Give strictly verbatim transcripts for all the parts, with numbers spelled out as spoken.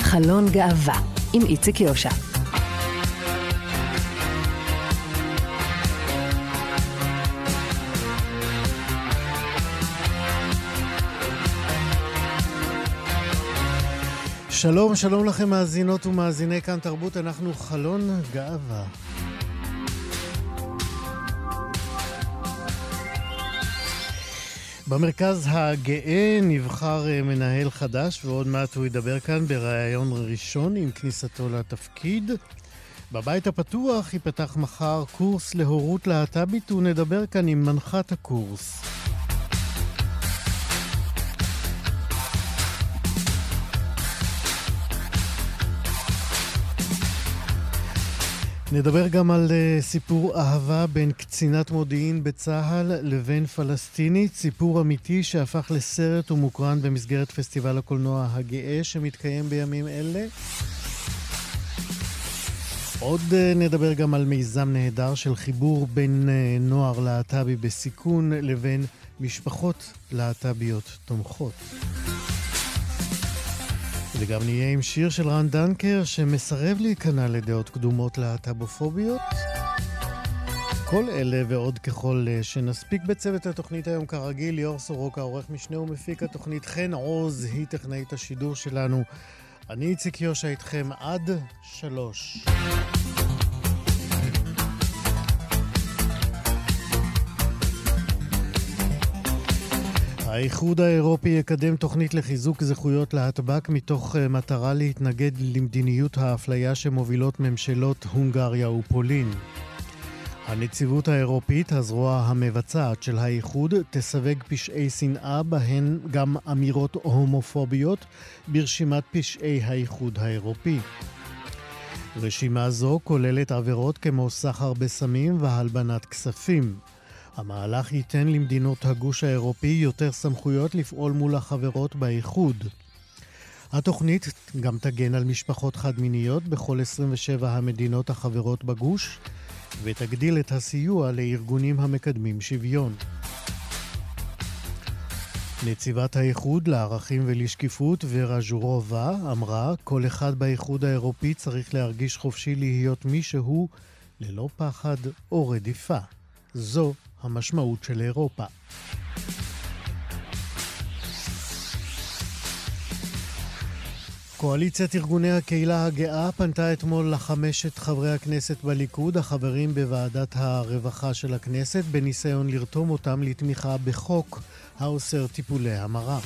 חלון גאווה עם איציק יושע. שלום, שלום לכם מאזינות ומאזיני כאן תרבות, אנחנו חלון גאווה. במרכז הגאה נבחר מנהל חדש, ועוד מעט הוא ידבר כאן בראיון ראשון עם כניסתו לתפקיד. בבית הפתוח ייפתח מחר קורס להורות להט"בית, ונדבר כאן עם מנחת הקורס. נדבר גם על uh, סיפור אהבה בין קצינת מודיעין בצהל לבין פלסטינית, סיפור אמיתי שהפך לסרט ומוקרן במסגרת פסטיבל הקולנוע הגאה שמתקיים בימים אלה. עוד uh, נדבר גם על מיזם נהדר של חיבור בין uh, נוער להט"בי בסיכון לבין משפחות להט"ביות תומכות. וגם נהיה עם שיר של רן דנקר שמסרב להיכנע לדעות קדומות להט"בופוביות. כל אלה ועוד ככל שנספיק. בצוות התוכנית היום כרגיל ליאור סורוקה, עורך משנה ומפיק התוכנית, חן עוז היא טכנאית השידור שלנו. אני איציק יושע איתכם עד שלוש. האיחוד האירופי יקדם תוכנית לחיזוק זכויות להטב"ק מתוך מטרה להתנגד למדיניות האפליה שמובילות ממשלות הונגריה ופולין. הנציבות האירופית, הזרוע המבצעת של האיחוד, תסווג פשעי שנאה בהן גם אמירות הומופוביות ברשימת פשעי האיחוד האירופי. רשימה זו כוללת עבירות כמו סחר בסמים והלבנת כספים. המהלך ייתן למדינות הגוש האירופי יותר סמכויות לפעול מול החברות באיחוד. התוכנית גם תגן על משפחות חד-מיניות בכל עשרים ושבע המדינות החברות בגוש, ותגדיל את הסיוע לארגונים המקדמים שוויון. נציבת האיחוד לערכים ולשקיפות ורה ז'ורובה אמרה, כל אחד באיחוד האירופי צריך להרגיש חופשי להיות מי שהוא ללא פחד או רדיפה. זו המשמעות של אירופה. קואליציית ארגוני הקהילה הגאה פנתה אתמול לחמשת חברי הכנסת בליכוד, החברים בוועדת הרווחה של הכנסת, בניסיון לרתום אותם לתמיכה בחוק האוסר טיפולי המרה.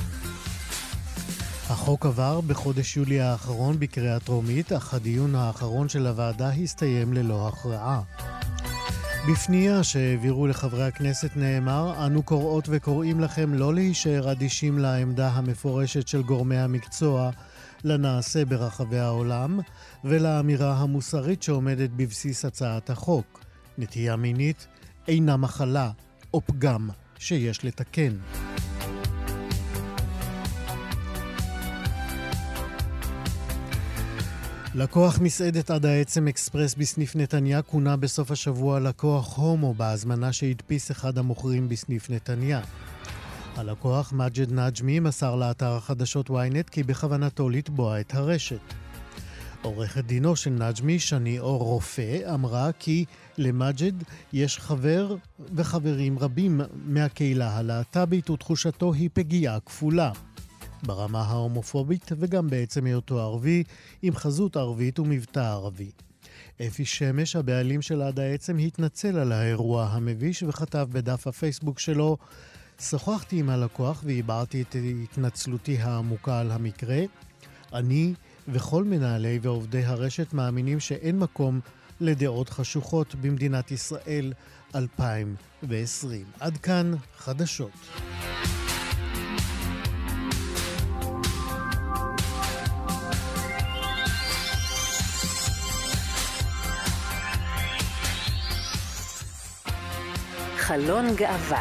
החוק עבר בחודש יולי האחרון בקריאה טרומית, אך הדיון האחרון של הוועדה הסתיים ללא הכרעה. בפנייה שהעבירו לחברי הכנסת נאמר, אנו קוראות וקוראים לכם לא להישאר אדישים לעמדה המפורשת של גורמי המקצוע לנעשה ברחבי העולם ולאמירה המוסרית שעומדת בבסיס הצעת החוק. נטייה מינית אינה מחלה או פגם שיש לתקן. לקוח מסעדת עד העצם אקספרס בסניף נתניה כונה בסוף השבוע לקוח הומו בהזמנה שהדפיס אחד המוכרים בסניף נתניה. הלקוח מג'ד נג'מי מסר לאתר החדשות וויינט כי בכוונתו לתבוע את הרשת. עורכת דינו של נג'מי, שני אור רופא, אמרה כי למג'ד יש חבר וחברים רבים מהקהילה הלהט"בית ותחושתו היא פגיעה כפולה. ברמה ההומופובית וגם בעצם היותו ערבי, עם חזות ערבית ומבטא ערבי. אפי שמש, הבעלים של עד העצם, התנצל על האירוע המביש וכתב בדף הפייסבוק שלו, שוחחתי עם הלקוח והבעתי את התנצלותי העמוקה על המקרה. אני וכל מנהלי ועובדי הרשת מאמינים שאין מקום לדעות חשוכות במדינת ישראל אלפיים ועשרים. עד כאן חדשות. חלון גאווה.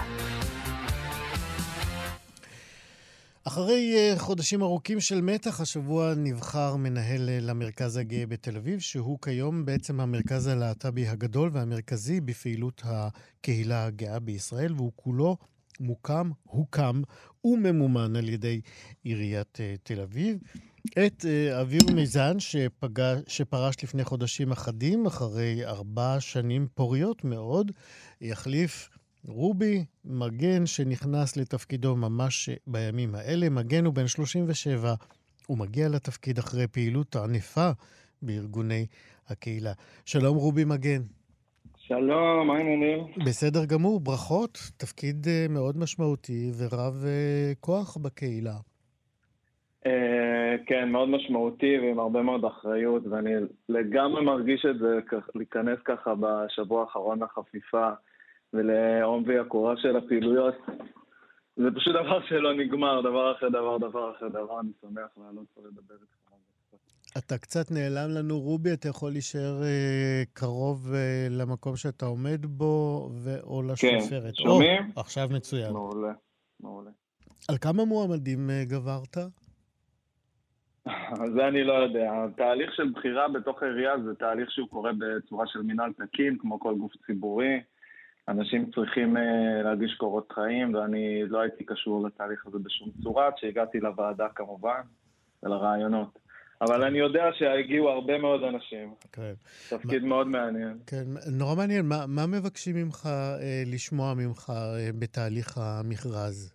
אחרי חודשים ארוכים של מתח, השבוע נבחר מנהל למרכז הגאה בתל אביב, שהוא כיום בעצם המרכז הלהט"בי הגדול והמרכזי בפעילות הקהילה הגאה בישראל, והוא כולו מוקם, הוקם וממומן על ידי עיריית תל אביב. את אה, אביב מיזן שפגע, שפרש לפני חודשים אחדים, אחרי ארבע שנים פוריות מאוד, יחליף רובי מגן שנכנס לתפקידו ממש בימים האלה. מגן הוא בן שלושים ושבע, הוא מגיע לתפקיד אחרי פעילות ענפה בארגוני הקהילה. שלום רובי מגן. שלום, מה העניינים? בסדר גמור, ברכות, תפקיד uh, מאוד משמעותי ורב uh, כוח בקהילה. Uh, כן, מאוד משמעותי ועם הרבה מאוד אחריות, ואני לגמרי מרגיש את זה, להיכנס ככה בשבוע האחרון לחפיפה ולעומבי הקורה של הפעילויות. זה פשוט דבר שלא נגמר, דבר אחרי דבר, דבר אחרי דבר, אני שמח לעלות ולדבר איתך. אתה קצת נעלם לנו, רובי, אתה יכול להישאר אה, קרוב אה, למקום שאתה עומד בו, ו- או לשופרת. כן, שומעים? או, עכשיו מצוין. מעולה, מעולה. על כמה מועמדים אה, גברת? זה אני לא יודע. התהליך של בחירה בתוך העירייה זה תהליך שהוא קורה בצורה של מינהל תקין, כמו כל גוף ציבורי. אנשים צריכים אה, להגיש קורות חיים, ואני לא הייתי קשור לתהליך הזה בשום צורה, שהגעתי לוועדה כמובן, ולרעיונות. אבל אני יודע שהגיעו הרבה מאוד אנשים. כן. תפקיד מה... מאוד מעניין. כן, נורא מעניין. מה, מה מבקשים ממך אה, לשמוע ממך אה, בתהליך המכרז?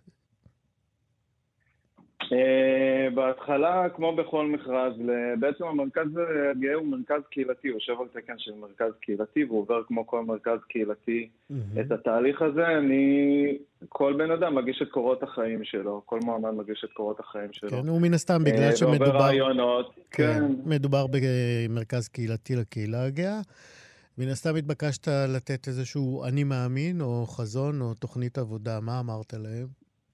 אה, בהתחלה, כמו בכל מכרז, בעצם המרכז הגאה הוא מרכז קהילתי, הוא יושב על תקן של מרכז קהילתי, והוא עובר כמו כל מרכז קהילתי. Mm-hmm. את התהליך הזה, אני, כל בן אדם מגיש את קורות החיים שלו, כל מועמד מגיש את קורות החיים שלו. כן, הוא מן הסתם בגלל אה, שמדובר... ועובר רעיונות. כן, כן. מדובר במרכז קהילתי לקהילה הגאה. מן הסתם התבקשת לתת איזשהו אני מאמין, או חזון, או תוכנית עבודה. מה אמרת להם?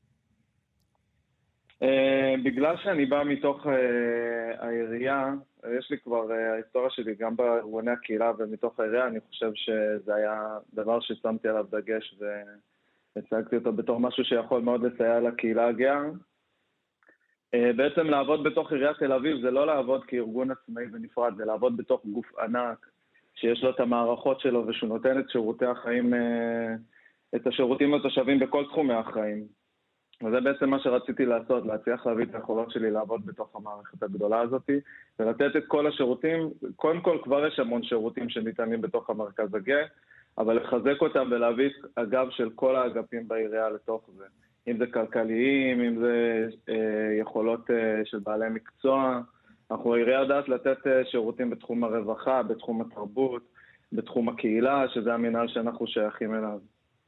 Uh, בגלל שאני בא מתוך uh, העירייה, יש לי כבר, uh, ההיסטוריה שלי גם בארגוני הקהילה ומתוך העירייה, אני חושב שזה היה דבר ששמתי עליו דגש והצגתי אותו בתור משהו שיכול מאוד לסייע לקהילה הגאה. Uh, בעצם לעבוד בתוך עיריית תל אביב זה לא לעבוד כארגון עצמאי ונפרד, זה לעבוד בתוך גוף ענק שיש לו את המערכות שלו ושהוא נותן את שירותי החיים, uh, את השירותים לתושבים בכל תחומי החיים. וזה בעצם מה שרציתי לעשות, להצליח להביא את היכולות שלי לעבוד בתוך המערכת הגדולה הזאת, ולתת את כל השירותים. קודם כל כבר יש המון שירותים שניתנים בתוך המרכז הגאה, אבל לחזק אותם ולהביא את הגב של כל האגפים בעירייה לתוך זה. אם זה כלכליים, אם זה אה, יכולות אה, של בעלי מקצוע. אנחנו העירייה יודעת לתת אה, שירותים בתחום הרווחה, בתחום התרבות, בתחום הקהילה, שזה המנהל שאנחנו שייכים אליו.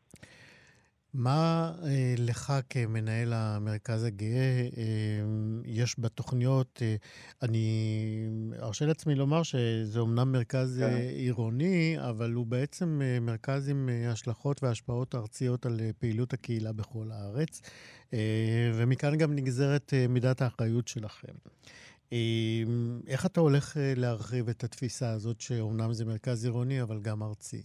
מה אה, לך כמנהל המרכז הגאה אה, יש בתוכניות? אה, אני ארשה לעצמי לומר שזה אומנם מרכז אה, עירוני, אבל הוא בעצם אה, מרכז עם אה, השלכות והשפעות ארציות על אה, פעילות הקהילה בכל הארץ, אה, ומכאן גם נגזרת אה, מידת האחריות שלכם. אה, איך אתה הולך אה, להרחיב את התפיסה הזאת שאומנם זה מרכז עירוני, אבל גם ארצי?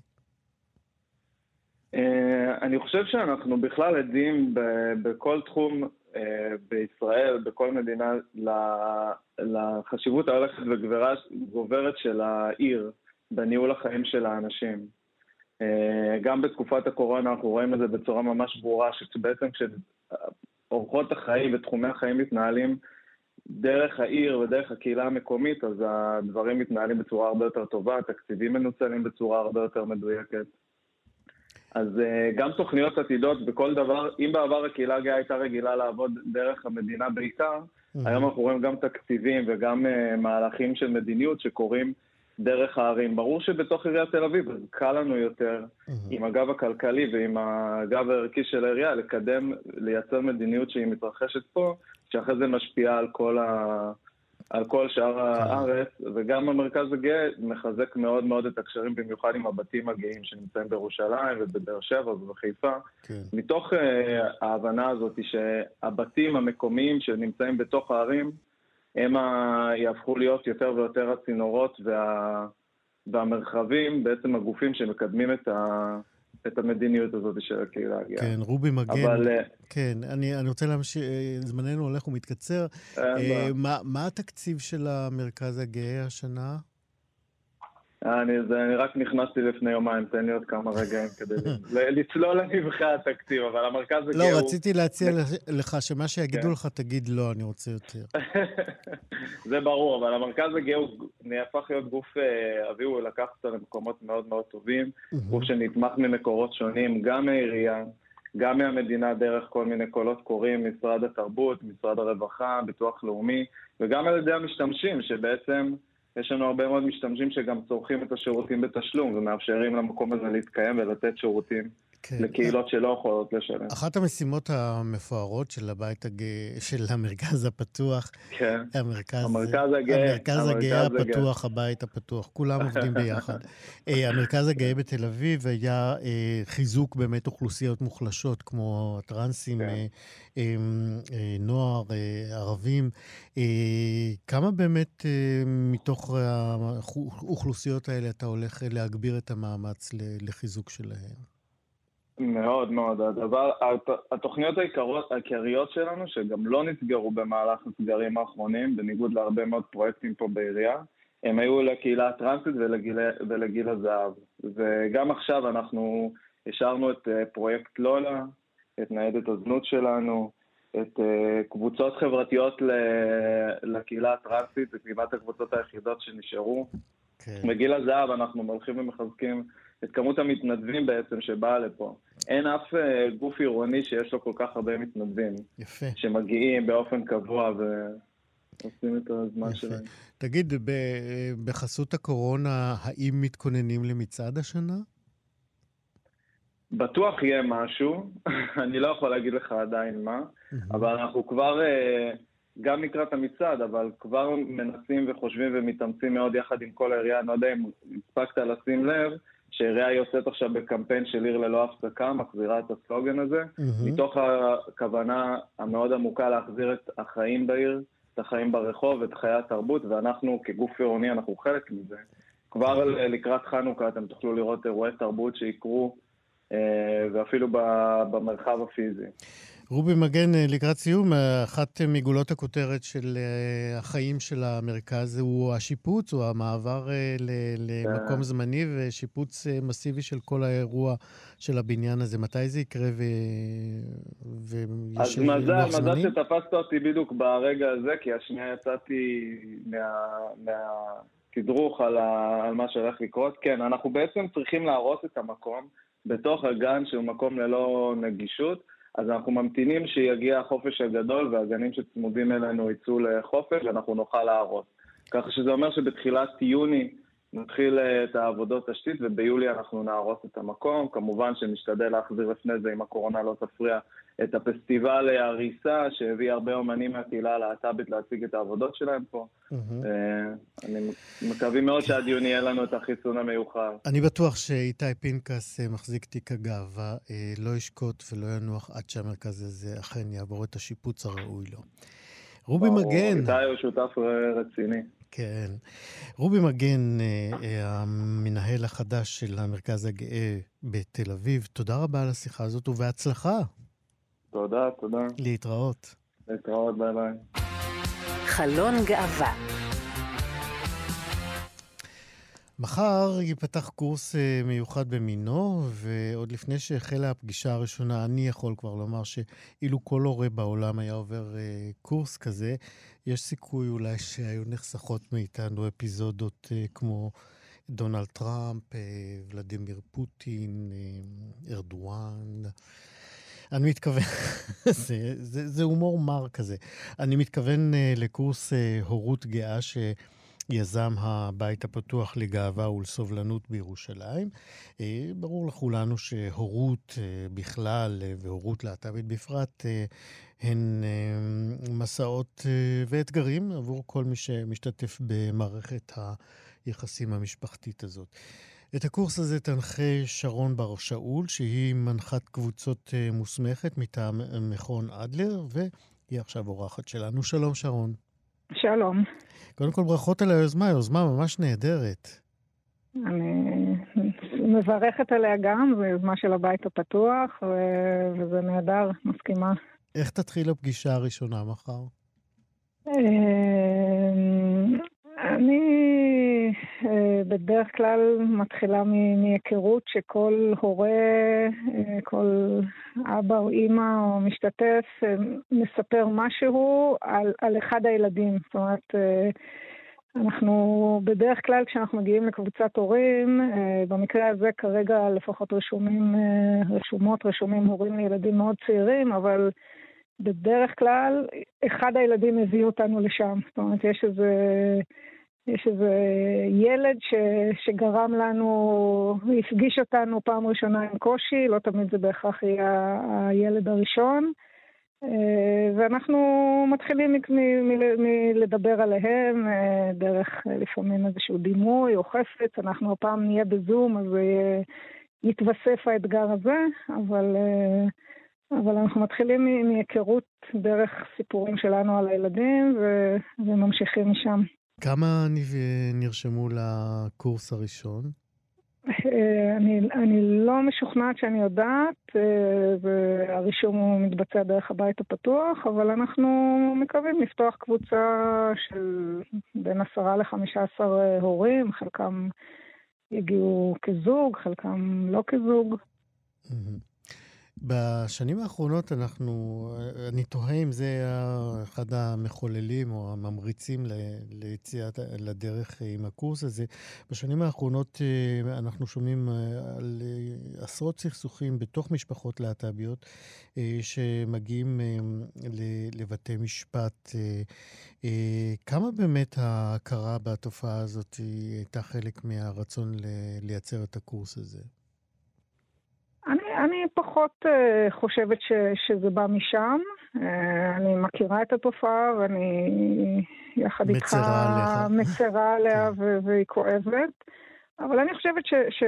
אני חושב שאנחנו בכלל עדים בכל תחום בישראל, בכל מדינה, לחשיבות ההולכת וגוברת של העיר בניהול החיים של האנשים. גם בתקופת הקורונה אנחנו רואים את זה בצורה ממש ברורה, שבעצם כשאורחות החיים ותחומי החיים מתנהלים דרך העיר ודרך הקהילה המקומית, אז הדברים מתנהלים בצורה הרבה יותר טובה, התקציבים מנוצלים בצורה הרבה יותר מדויקת. אז uh, גם תוכניות עתידות בכל דבר, אם בעבר הקהילה הגאה הייתה רגילה לעבוד דרך המדינה בעיקר, mm-hmm. היום אנחנו רואים גם תקציבים וגם uh, מהלכים של מדיניות שקורים דרך הערים. ברור שבתוך עיריית תל אביב אז קל לנו יותר mm-hmm. עם הגב הכלכלי ועם הגב הערכי של העירייה לקדם, לייצר מדיניות שהיא מתרחשת פה, שאחרי זה משפיעה על כל ה... על כל שאר הארץ, וגם המרכז הגאה מחזק מאוד מאוד את הקשרים, במיוחד עם הבתים הגאים שנמצאים בירושלים ובבאר שבע ובחיפה. כן. מתוך uh, ההבנה הזאת שהבתים המקומיים שנמצאים בתוך הערים, הם ה... יהפכו להיות יותר ויותר הצינורות וה... והמרחבים, בעצם הגופים שמקדמים את ה... את המדיניות הזאת של הקהילה הגאה. כן, רובי מגן. אבל... כן, אני, אני רוצה להמשיך, זמננו הולך ומתקצר. אה, מה, מה התקציב של המרכז הגאה השנה? אני, זה, אני רק נכנסתי לפני יומיים, תן לי עוד כמה רגעים כדי לצלול לנבחי התקציב, אבל המרכז הגאה לא, הוא... רציתי להציע לך שמה שיגידו לך תגיד לא, אני רוצה יותר. זה ברור, אבל המרכז הגאה הוא נהפך להיות גוף, אבי הוא לקח אותו למקומות מאוד מאוד טובים, גוף שנתמך ממקורות שונים, גם מהעירייה, גם מהמדינה דרך כל מיני קולות קוראים, משרד התרבות, משרד הרווחה, ביטוח לאומי, וגם על ידי המשתמשים, שבעצם יש לנו הרבה מאוד משתמשים שגם צורכים את השירותים בתשלום, ומאפשרים למקום הזה להתקיים ולתת שירותים כן. לקהילות שלא יכולות לשלם. אחת המשימות המפוארות של הבית הגאה, של המרכז הפתוח, כן. המרכז, המרכז הגאה, המרכז הגאה הפתוח, הבית הפתוח, כולם עובדים ביחד. המרכז הגאה בתל אביב היה חיזוק באמת אוכלוסיות מוחלשות, כמו הטרנסים, כן. נוער, ערבים. כמה באמת מתוך האוכלוסיות האלה אתה הולך להגביר את המאמץ לחיזוק שלהם? מאוד מאוד. הדבר, התוכניות העיקריות, העיקריות שלנו, שגם לא נסגרו במהלך הסגרים האחרונים, בניגוד להרבה מאוד פרויקטים פה בעירייה, הם היו לקהילה הטרנסית ולגיל, ולגיל הזהב. וגם עכשיו אנחנו השארנו את פרויקט לולה, את ניידת הזנות שלנו, את קבוצות חברתיות לקהילה הטרנסית, זה כמעט הקבוצות היחידות שנשארו. Okay. בגיל הזהב אנחנו מלכים ומחזקים את כמות המתנדבים בעצם שבאה לפה. אין אף גוף עירוני שיש לו כל כך הרבה מתנדבים. יפה. שמגיעים באופן קבוע ועושים את הזמן יפה. שלהם. תגיד, בחסות הקורונה, האם מתכוננים למצעד השנה? בטוח יהיה משהו. אני לא יכול להגיד לך עדיין מה, אבל אנחנו כבר... גם לקראת המצעד, אבל כבר מנסים וחושבים ומתאמצים מאוד יחד עם כל העירייה. אני לא יודע אם הספקת לשים לב, שהעירייה יוצאת עכשיו בקמפיין של עיר ללא הפסקה, מחזירה את הסלוגן הזה, mm-hmm. מתוך הכוונה המאוד עמוקה להחזיר את החיים בעיר, את החיים ברחוב, את חיי התרבות, ואנחנו כגוף עירוני, אנחנו חלק מזה. כבר לקראת חנוכה אתם תוכלו לראות אירועי תרבות שיקרו, ואפילו במרחב הפיזי. רובי מגן, לקראת סיום, אחת מגולות הכותרת של החיים של המרכז הוא השיפוץ, או המעבר למקום זמני ושיפוץ מסיבי של כל האירוע של הבניין הזה. מתי זה יקרה ויש לוח זמני? אז מזל שתפסת אותי בדיוק ברגע הזה, כי השנייה יצאתי מהתדרוך על מה שהולך לקרות. כן, אנחנו בעצם צריכים להרוס את המקום בתוך הגן שהוא מקום ללא נגישות, אז אנחנו ממתינים שיגיע החופש הגדול, והגנים שצמודים אלינו יצאו לחופש, ואנחנו נוכל להרוס. ככה שזה אומר שבתחילת יוני נתחיל את העבודות תשתית, וביולי אנחנו נהרוס את המקום. כמובן שנשתדל להחזיר לפני זה, אם הקורונה לא תפריע, את הפסטיבל הריסה, שהביא הרבה אומנים מהקהילה הלהט"בית להציג את העבודות שלהם פה. אני מקווה מאוד שעד יוני יהיה לנו את החיסון המיוחד. אני בטוח שאיתי פינקס מחזיק תיק הגאווה, לא ישקוט ולא ינוח עד שהמרכז הזה אכן יעבור את השיפוץ הראוי לו. רובי מגן. איתי הוא שותף רציני. כן. רובי מגן, המנהל החדש של המרכז הגאה בתל אביב, תודה רבה על השיחה הזאת ובהצלחה. תודה, תודה. להתראות. להתראות, ביי ביי. חלון גאווה. מחר ייפתח קורס מיוחד במינו, ועוד לפני שהחלה הפגישה הראשונה, אני יכול כבר לומר שאילו כל הורה בעולם היה עובר קורס כזה, יש סיכוי אולי שהיו נחסכות מאיתנו אפיזודות כמו דונלד טראמפ, ולדימיר פוטין, ארדואן. אני מתכוון, זה, זה, זה הומור מר כזה. אני מתכוון לקורס הורות גאה שיזם הבית הפתוח לגאווה ולסובלנות בירושלים. ברור לכולנו שהורות בכלל והורות להט"בית בפרט הן מסעות ואתגרים עבור כל מי שמשתתף במערכת היחסים המשפחתית הזאת. את הקורס הזה תנחה שרון בר שאול, שהיא מנחת קבוצות מוסמכת מטעם מכון אדלר, והיא עכשיו אורחת שלנו. שלום שרון. שלום. קודם כל ברכות על היוזמה, יוזמה ממש נהדרת. אני מברכת עליה גם, זו יוזמה של הבית הפתוח, וזה נהדר, מסכימה. איך תתחיל הפגישה הראשונה מחר? אני... בדרך כלל מתחילה מהיכרות שכל הורה, כל אבא או אמא או משתתף מספר משהו על, על אחד הילדים. זאת אומרת, אנחנו בדרך כלל כשאנחנו מגיעים לקבוצת הורים, במקרה הזה כרגע לפחות רשומים, רשומות, רשומים הורים לילדים מאוד צעירים, אבל בדרך כלל אחד הילדים הביא אותנו לשם. זאת אומרת, יש איזה, יש איזה ילד ש, שגרם לנו, הפגיש אותנו פעם ראשונה עם קושי, לא תמיד זה בהכרח יהיה הילד הראשון, ואנחנו מתחילים מלדבר עליהם דרך לפעמים איזשהו דימוי או חפץ. אנחנו הפעם נהיה בזום, אז יתווסף האתגר הזה, אבל, אבל אנחנו מתחילים מהיכרות דרך סיפורים שלנו על הילדים וממשיכים משם. כמה נרשמו לקורס הראשון? אני, אני לא משוכנעת שאני יודעת, והרישום הוא מתבצע דרך הבית הפתוח, אבל אנחנו מקווים לפתוח קבוצה של בין עשרה לחמישה עשר הורים, חלקם יגיעו כזוג, חלקם לא כזוג. בשנים האחרונות אנחנו, אני תוהה אם זה אחד המחוללים או הממריצים ליציאת לדרך עם הקורס הזה. בשנים האחרונות אנחנו שומעים על עשרות סכסוכים בתוך משפחות להט"ביות שמגיעים לבתי משפט. כמה באמת ההכרה בתופעה הזאת הייתה חלק מהרצון לייצר את הקורס הזה? אני, אני פחות uh, חושבת ש, שזה בא משם. Uh, אני מכירה את התופעה ואני יחד איתך מצרה עליה ו- והיא כואבת. אבל אני חושבת ש, ש,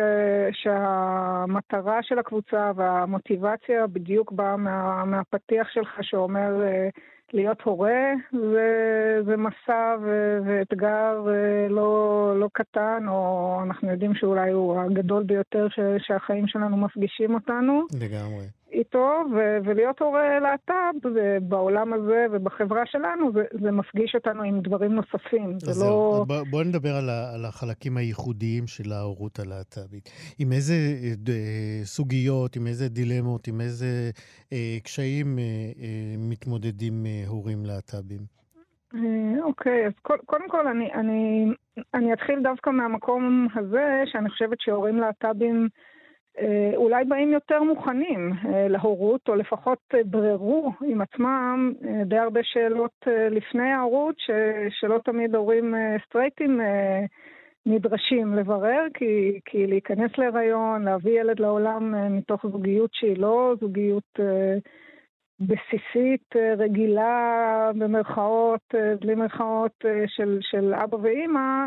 שהמטרה של הקבוצה והמוטיבציה בדיוק באה מה, מהפתיח שלך שאומר uh, להיות הורה זה, זה מסע ו- ואתגר uh, לא, לא קטן, או אנחנו יודעים שאולי הוא הגדול ביותר ש- שהחיים שלנו מפגישים אותנו. לגמרי. איתו, ו- ולהיות הורה להט"ב בעולם הזה ובחברה שלנו, זה, זה מפגיש אותנו עם דברים נוספים. זה לא... בוא, בוא נדבר על, ה- על החלקים הייחודיים של ההורות הלהט"בית. עם איזה אה, סוגיות, עם איזה דילמות, עם איזה אה, קשיים אה, אה, מתמודדים אה, הורים להט"בים? אוקיי, אז קודם כל אני, אני, אני אתחיל דווקא מהמקום הזה, שאני חושבת שהורים להט"בים אולי באים יותר מוכנים להורות, או לפחות בררו עם עצמם די הרבה שאלות לפני ההורות, שלא תמיד הורים סטרייטים נדרשים לברר, כי, כי להיכנס להיריון, להביא ילד לעולם מתוך זוגיות שהיא לא זוגיות בסיסית, רגילה, במרכאות, בלי מרכאות של, של אבא ואמא,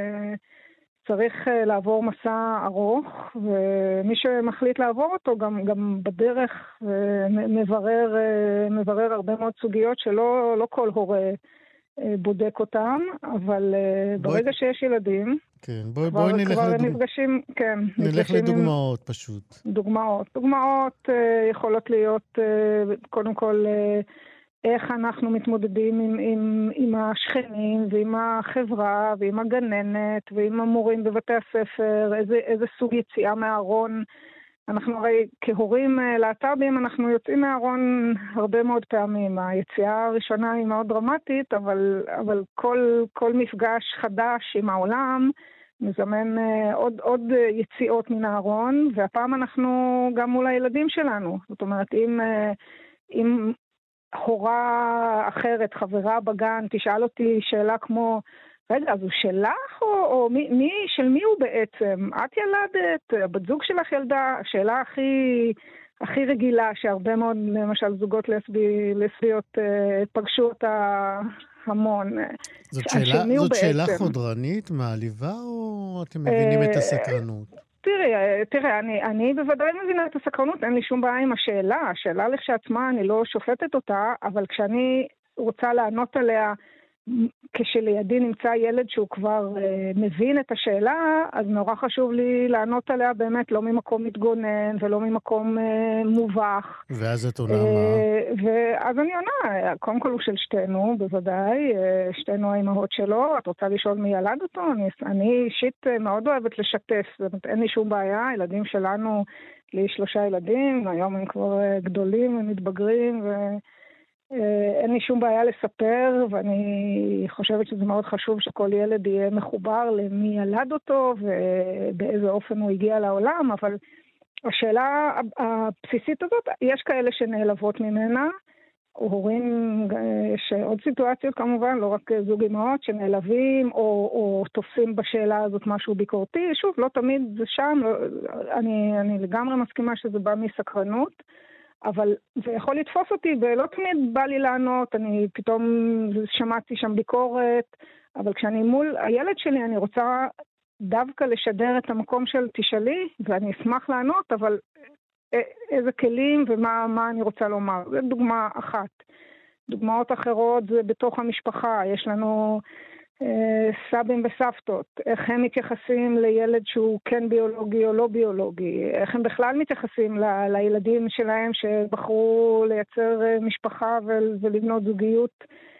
צריך לעבור מסע ארוך, ומי שמחליט לעבור אותו גם, גם בדרך מברר, מברר הרבה מאוד סוגיות שלא לא כל הורה בודק אותם, אבל בואי, ברגע שיש ילדים, כן, בואי, כבר, בואי נלך, כבר לדוג... נפגשים, כן, נלך נפגשים לדוגמאות עם... פשוט. דוגמאות. דוגמאות יכולות להיות קודם כל איך אנחנו מתמודדים עם, עם, עם השכנים ועם החברה ועם הגננת ועם המורים בבתי הספר, איזה, איזה סוג יציאה מהארון. אנחנו הרי כהורים להט"בים אנחנו יוצאים מהארון הרבה מאוד פעמים. היציאה הראשונה היא מאוד דרמטית, אבל, אבל כל, כל מפגש חדש עם העולם מזמן עוד, עוד יציאות מן הארון, והפעם אנחנו גם מול הילדים שלנו. זאת אומרת, אם... אם הורה אחרת, חברה בגן, תשאל אותי שאלה כמו, רגע, אז הוא שלך או, או מי, מי, של מי הוא בעצם? את ילדת, בת זוג שלך ילדה, השאלה הכי, הכי רגילה, שהרבה מאוד, למשל, זוגות לסבי, לסביות פגשו אותה המון. זאת שאלה, זאת שאלה חודרנית, מעליבה, או אתם מבינים את הסקרנות? תראה, תראה, אני, אני בוודאי מבינה את הסקרנות, אין לי שום בעיה עם השאלה. השאלה לכשעצמה, אני לא שופטת אותה, אבל כשאני רוצה לענות עליה כשלידי נמצא ילד שהוא כבר uh, מבין את השאלה, אז נורא חשוב לי לענות עליה באמת לא ממקום מתגונן ולא ממקום uh, מובך. ואז את עונה uh, מה? ואז אני עונה, קודם כל הוא של שתינו, בוודאי, uh, שתינו האימהות שלו. את רוצה לשאול מי ילד אותו? אני, אני אישית uh, מאוד אוהבת לשתף, זאת אומרת, אין לי שום בעיה, הילדים שלנו, לי שלושה ילדים, היום הם כבר uh, גדולים, הם מתבגרים ו... אין לי שום בעיה לספר, ואני חושבת שזה מאוד חשוב שכל ילד יהיה מחובר למי ילד אותו ובאיזה אופן הוא הגיע לעולם, אבל השאלה הבסיסית הזאת, יש כאלה שנעלבות ממנה, הורים, יש עוד סיטואציות כמובן, לא רק זוג אמהות שנעלבים או, או תופסים בשאלה הזאת משהו ביקורתי, שוב, לא תמיד זה שם, אני, אני לגמרי מסכימה שזה בא מסקרנות, אבל זה יכול לתפוס אותי, ולא תמיד בא לי לענות, אני פתאום שמעתי שם ביקורת, אבל כשאני מול הילד שלי, אני רוצה דווקא לשדר את המקום של תשאלי, ואני אשמח לענות, אבל איזה כלים ומה מה אני רוצה לומר. זו דוגמה אחת. דוגמאות אחרות זה בתוך המשפחה, יש לנו סבים וסבתות, איך הם מתייחסים לילד שהוא כן ביולוגי או לא ביולוגי, איך הם בכלל מתייחסים ל- לילדים שלהם שבחרו לייצר משפחה ו- ולבנות זוגיות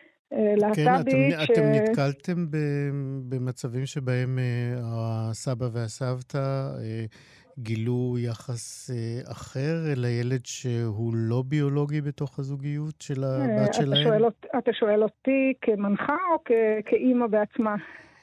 להט"בית. כן, אתם, ש... אתם נתקלתם במצבים שבהם הסבא והסבתא גילו יחס אחר לילד שהוא לא ביולוגי בתוך הזוגיות של הבת שלהם? אתה שואל, אתה שואל אותי כמנחה או כאימא בעצמה?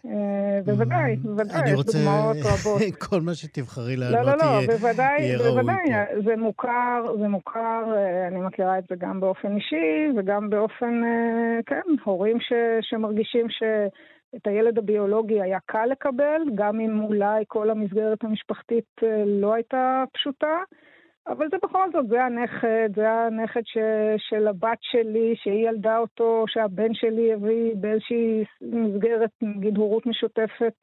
בוודאי, בוודאי, יש דוגמאות רבות. כל מה שתבחרי לענות יהיה ראוי. לא, לא, לא, בוודאי, בוודאי, זה מוכר, זה מוכר, אני מכירה את זה גם באופן אישי, וגם באופן, כן, הורים שמרגישים ש... את הילד הביולוגי היה קל לקבל, גם אם אולי כל המסגרת המשפחתית לא הייתה פשוטה, אבל זה בכל זאת, זה הנכד, זה הנכד ש, של הבת שלי, שהיא ילדה אותו, שהבן שלי הביא באיזושהי מסגרת, נגיד הורות משותפת,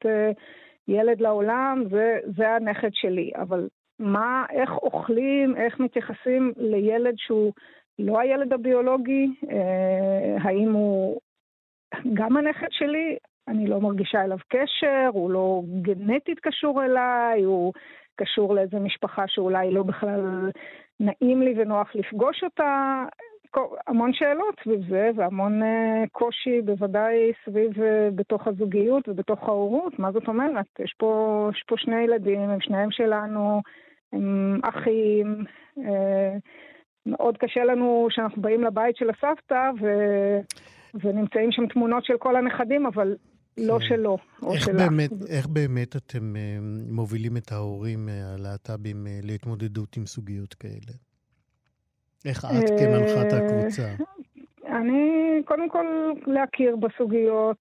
ילד לעולם, זה, זה הנכד שלי. אבל מה, איך אוכלים, איך מתייחסים לילד שהוא לא הילד הביולוגי, האם הוא גם הנכד שלי, אני לא מרגישה אליו קשר, הוא לא גנטית קשור אליי, הוא קשור לאיזו משפחה שאולי לא בכלל נעים לי ונוח לפגוש אותה. המון שאלות סביב זה, והמון קושי בוודאי סביב בתוך הזוגיות ובתוך ההורות. מה זאת אומרת? יש פה, יש פה שני ילדים, הם שניהם שלנו, הם אחים. מאוד קשה לנו שאנחנו באים לבית של הסבתא ו... ונמצאים שם תמונות של כל הנכדים, אבל לא שלו או איך שלה. באמת, איך באמת אתם מובילים את ההורים הלהט"בים להתמודדות עם סוגיות כאלה? איך את כמנחת הקבוצה? אני קודם כל להכיר בסוגיות,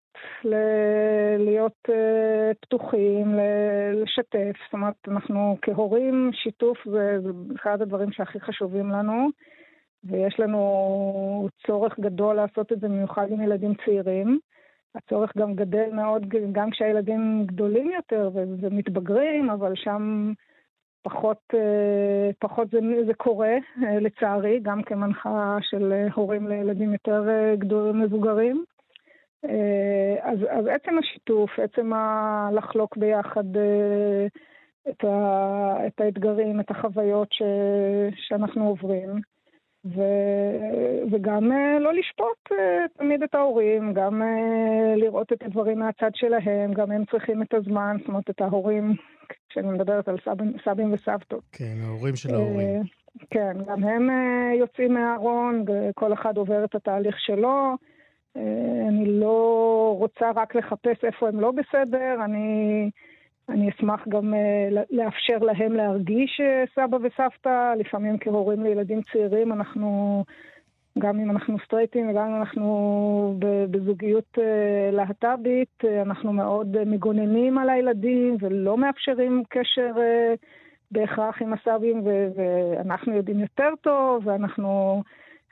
להיות פתוחים, לשתף. זאת אומרת, אנחנו כהורים, שיתוף זה אחד הדברים שהכי חשובים לנו, ויש לנו צורך גדול לעשות את זה מיוחד עם ילדים צעירים. הצורך גם גדל מאוד, גם כשהילדים גדולים יותר ומתבגרים, אבל שם פחות, פחות זה, זה קורה, לצערי, גם כמנחה של הורים לילדים יותר גדולים מבוגרים. אז, אז עצם השיתוף, עצם לחלוק ביחד את, ה, את האתגרים, את החוויות ש, שאנחנו עוברים, ו... וגם לא לשפוט תמיד את ההורים, גם לראות את הדברים מהצד שלהם, גם הם צריכים את הזמן, זאת אומרת את ההורים, כשאני מדברת על סבים, סבים וסבתות. כן, ההורים של ההורים. כן, גם הם יוצאים מהארון, וכל אחד עובר את התהליך שלו. אני לא רוצה רק לחפש איפה הם לא בסדר, אני... אני אשמח גם לאפשר להם להרגיש סבא וסבתא, לפעמים כהורים לילדים צעירים, אנחנו, גם אם אנחנו סטרייטים וגם אם אנחנו בזוגיות להט"בית, אנחנו מאוד מגוננים על הילדים ולא מאפשרים קשר בהכרח עם הסבים, ואנחנו יודעים יותר טוב, ואנחנו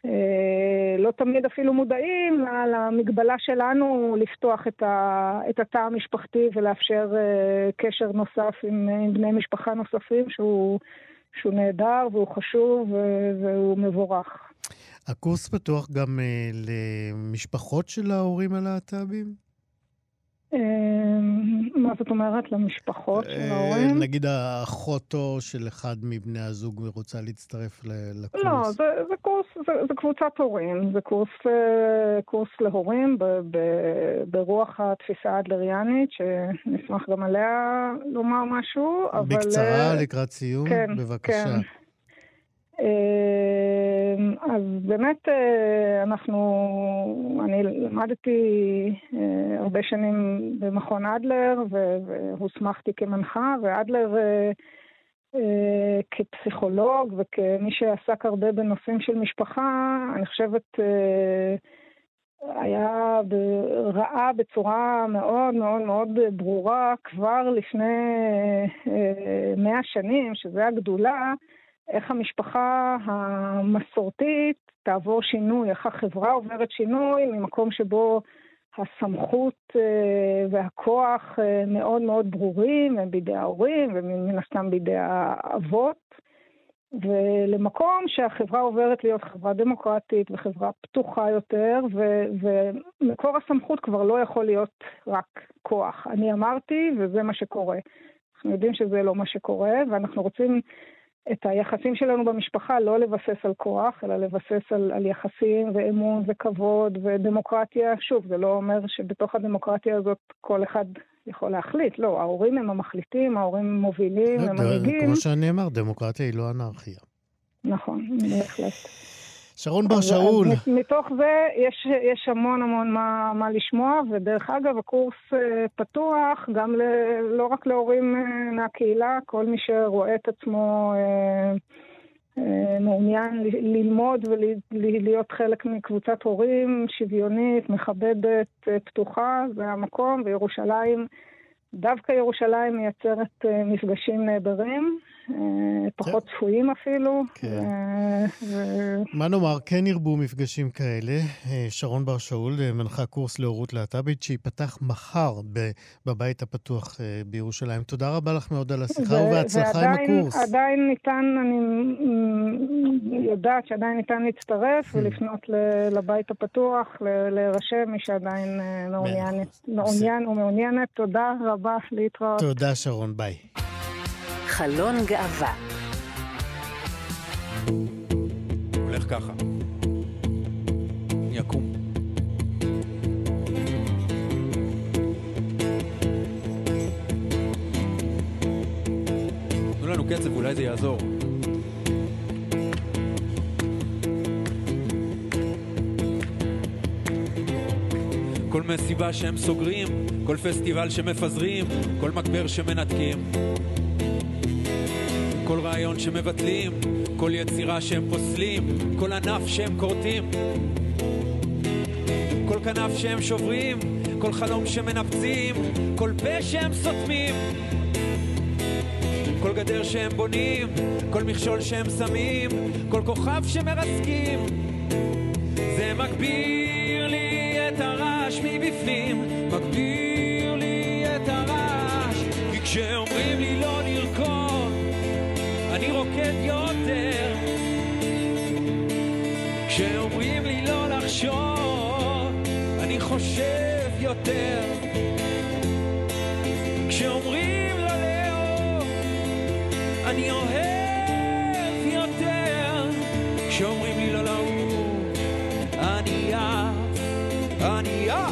לא תמיד אפילו מודעים למגבלה שלנו לפתוח את, ה, את התא המשפחתי ולאפשר קשר נוסף עם, עם בני משפחה נוספים שהוא, שהוא נהדר והוא חשוב והוא מבורך. הקורס פתוח גם uh, למשפחות של ההורים הלהט"בים? מה זאת אומרת? למשפחות של ההורים? נגיד האחותו של אחד מבני הזוג רוצה להצטרף לקורס. לא, זה, זה קורס, זה, זה קבוצת הורים, זה קורס, קורס להורים ב, ב, ברוח התפיסה האדלריאנית, שנשמח גם עליה לומר משהו. בקצרה, אבל... לקראת סיום, כן, בבקשה. כן. אז באמת אנחנו, אני למדתי הרבה שנים במכון אדלר והוסמכתי כמנחה, ואדלר כפסיכולוג וכמי שעסק הרבה בנושאים של משפחה, אני חושבת היה ראה בצורה מאוד מאוד מאוד ברורה כבר לפני מאה שנים, שזה הגדולה, איך המשפחה המסורתית תעבור שינוי, איך החברה עוברת שינוי ממקום שבו הסמכות והכוח מאוד מאוד ברורים, הם בידי ההורים ומן הסתם בידי האבות, ולמקום שהחברה עוברת להיות חברה דמוקרטית וחברה פתוחה יותר, ומקור הסמכות כבר לא יכול להיות רק כוח. אני אמרתי וזה מה שקורה. אנחנו יודעים שזה לא מה שקורה, ואנחנו רוצים את היחסים שלנו במשפחה לא לבסס על כוח, אלא לבסס על, על יחסים ואמון וכבוד ודמוקרטיה. שוב, זה לא אומר שבתוך הדמוקרטיה הזאת כל אחד יכול להחליט. לא, ההורים הם המחליטים, ההורים מובילים, הם מנהיגים. כמו שאני אמר, דמוקרטיה היא לא אנרכיה. נכון, בהחלט. שרון בר שאול. מתוך זה יש, יש המון המון מה, מה לשמוע, ודרך אגב הקורס פתוח גם ל, לא רק להורים מהקהילה, כל מי שרואה את עצמו אה, אה, מעוניין ללמוד ולהיות חלק מקבוצת הורים שוויונית, מכבדת, פתוחה, זה המקום, וירושלים, דווקא ירושלים מייצרת מפגשים נהדרים, פחות צפויים אפילו. מה נאמר, כן ירבו מפגשים כאלה. שרון בר שאול, מנחה קורס להורות להט"בית, שיפתח מחר בבית הפתוח בירושלים. תודה רבה לך מאוד על השיחה ובהצלחה עם הקורס. ועדיין ניתן, אני יודעת שעדיין ניתן להצטרף ולפנות לבית הפתוח, להירשם מי שעדיין מעוניין ומעוניינת. תודה רבה, להתראות. תודה שרון, ביי. חלון גאווה. הולך ככה. יקום. תנו לנו קצב, אולי זה יעזור. כל מסיבה שהם סוגרים, כל פסטיבל שמפזרים, כל מקבר שמנתקים, כל רעיון שמבטלים, כל יצירה שהם פוסלים, כל ענף שהם קורטים, כל כנף שהם שוברים, כל חלום שמנפצים, כל פה שהם סותמים, כל גדר שהם בונים, כל מכשול שהם שמים, כל כוכב שמרסקים. זה מגביר לי את הרעש מבפנים, מגביר לי את הרעש, כי כשאומרים לי לא לרקוד אני רוקד יותר, כשאומרים לי לא לחשוב אני חושב יותר, כשאומרים לא לאהוב אני אוהב יותר, כשאומרים לי לא לאהוב אני אהב, אני אהב.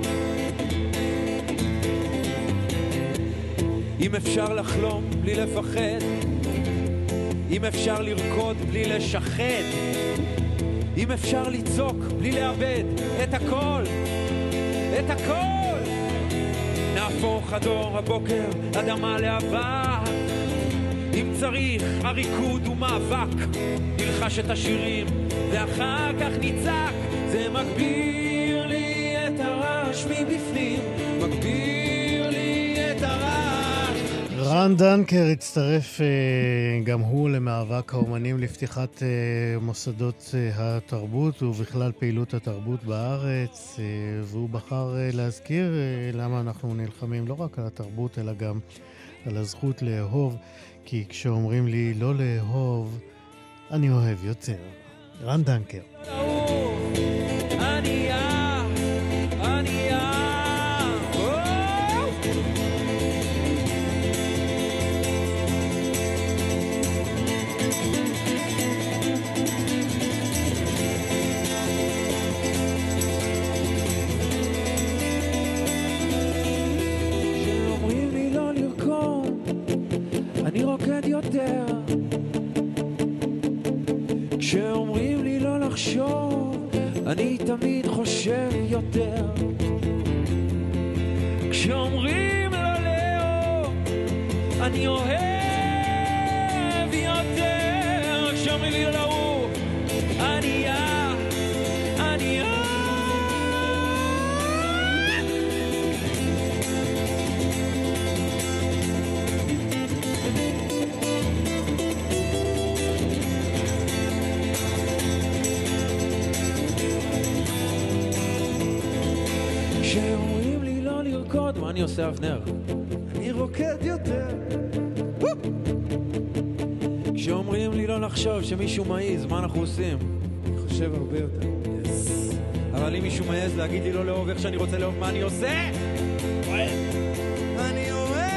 אם אפשר לחלום בלי לפחד, אם אפשר לרקוד בלי לשחד, אם אפשר לצעוק בלי לאבד את הכל, את הכל, נהפוך הדור הבוקר אדמה לאבק. אם צריך הריקוד ומאבק, נלחש את השירים ואחר כך ניצק. זה מגביר לי את הרעש מבפנים, מגביר לי את הרעש. רן דנקר הצטרף גם הוא למאבק האומנים לפתיחת מוסדות התרבות ובכלל פעילות התרבות בארץ, והוא בחר להזכיר למה אנחנו נלחמים לא רק על התרבות אלא גם על הזכות לאהוב, כי כשאומרים לי לא לאהוב אני אוהב יותר. רן דנקר. אני רוקד יותר כשאומרים לי לא לחשוב אני תמיד חושב יותר כשאומרים לא לאהוב אני אוהב יותר כשאומרים לי לא לאהוב אני יא אני יא כשאומרים לי לא לרקוד, מה אני עושה אבנר? אני רוקד יותר. כשאומרים לי לא לחשוב שמישהו מעיז, מה אנחנו עושים? אני חושב הרבה יותר. אבל אם מישהו מעיז להגיד לי לא לאהוב איך שאני רוצה לאהוב, מה אני עושה? אני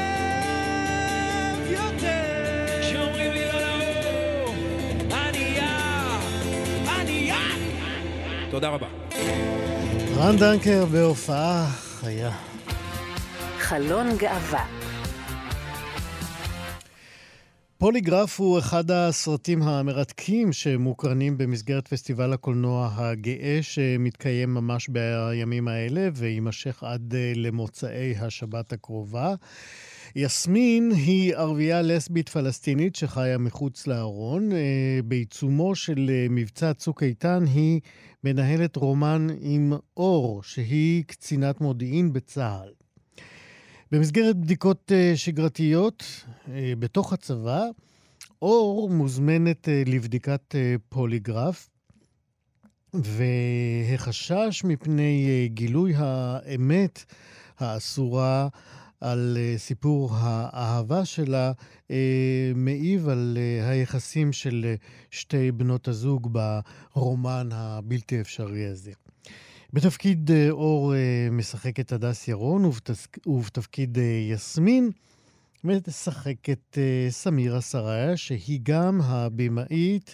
אוהב יותר. כשאומרים לי לא לאהוב, אני יא, אני יא. תודה רבה. רן דנקר בהופעה חיה. חלון גאווה. פוליגרף הוא אחד הסרטים המרתקים שמוקרנים במסגרת פסטיבל הקולנוע הגאה שמתקיים ממש בימים האלה וימשך עד למוצאי השבת הקרובה. יסמין היא ערבייה לסבית פלסטינית שחיה מחוץ לארון. בעיצומו של מבצע צוק איתן היא מנהלת רומן עם אור, שהיא קצינת מודיעין בצה"ל. במסגרת בדיקות שגרתיות בתוך הצבא, אור מוזמנת לבדיקת פוליגרף, והחשש מפני גילוי האמת האסורה על סיפור האהבה שלה מעיב על היחסים של שתי בנות הזוג ברומן הבלתי אפשרי הזה. בתפקיד אור משחקת הדס ירון, ובתפקיד יסמין משחקת סמירה סריה, שהיא גם הבימאית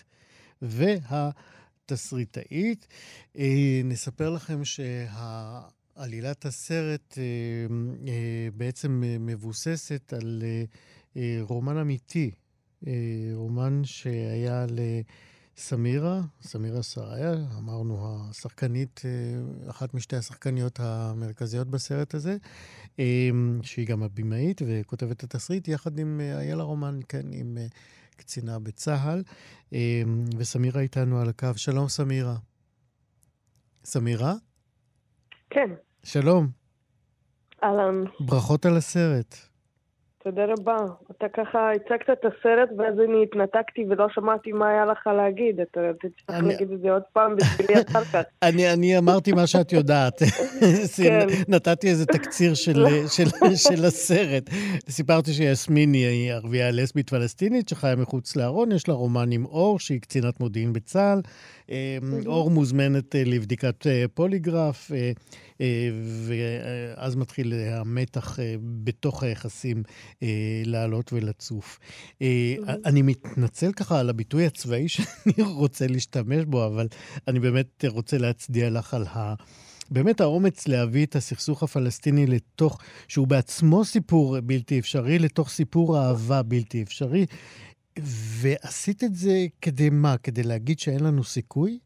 והתסריטאית. נספר לכם שעלילת הסרט בעצם מבוססת על רומן אמיתי, רומן שהיה לסמירה, סמירה סריה, אמרנו השחקנית, אחת משתי השחקניות המרכזיות בסרט הזה, שהיא גם הבימאית וכותבת את התסריט, יחד עם, היה לה רומן, כן, עם קצינה בצהל, וסמירה איתנו על הקו. שלום סמירה. סמירה? כן. שלום. אהלן. ברכות על הסרט. תודה רבה. אתה ככה הצגת את הסרט ואז אני התנתקתי ולא שמעתי מה היה לך להגיד. אתה צריך להגיד את זה עוד פעם בשבילי אחר כך. אני אמרתי מה שאת יודעת. נתתי איזה תקציר של הסרט. סיפרתי שיסמין היא ערבייה לסבית פלסטינית שחיה מחוץ לארון, יש לה רומן עם אור שהיא קצינת מודיעין בצה"ל. אור מוזמנת לבדיקת פוליגרף, ואז מתחיל המתח בתוך היחסים לעלות ולצוף. אני מתנצל ככה על הביטוי הצבאי שאני רוצה להשתמש בו, אבל אני באמת רוצה להצדיע לך על ה... באמת האומץ להביא את הסכסוך הפלסטיני לתוך, שהוא בעצמו סיפור בלתי אפשרי, לתוך סיפור אהבה בלתי אפשרי, ועשית את זה כדי מה? כדי להגיד שאין לנו סיכוי?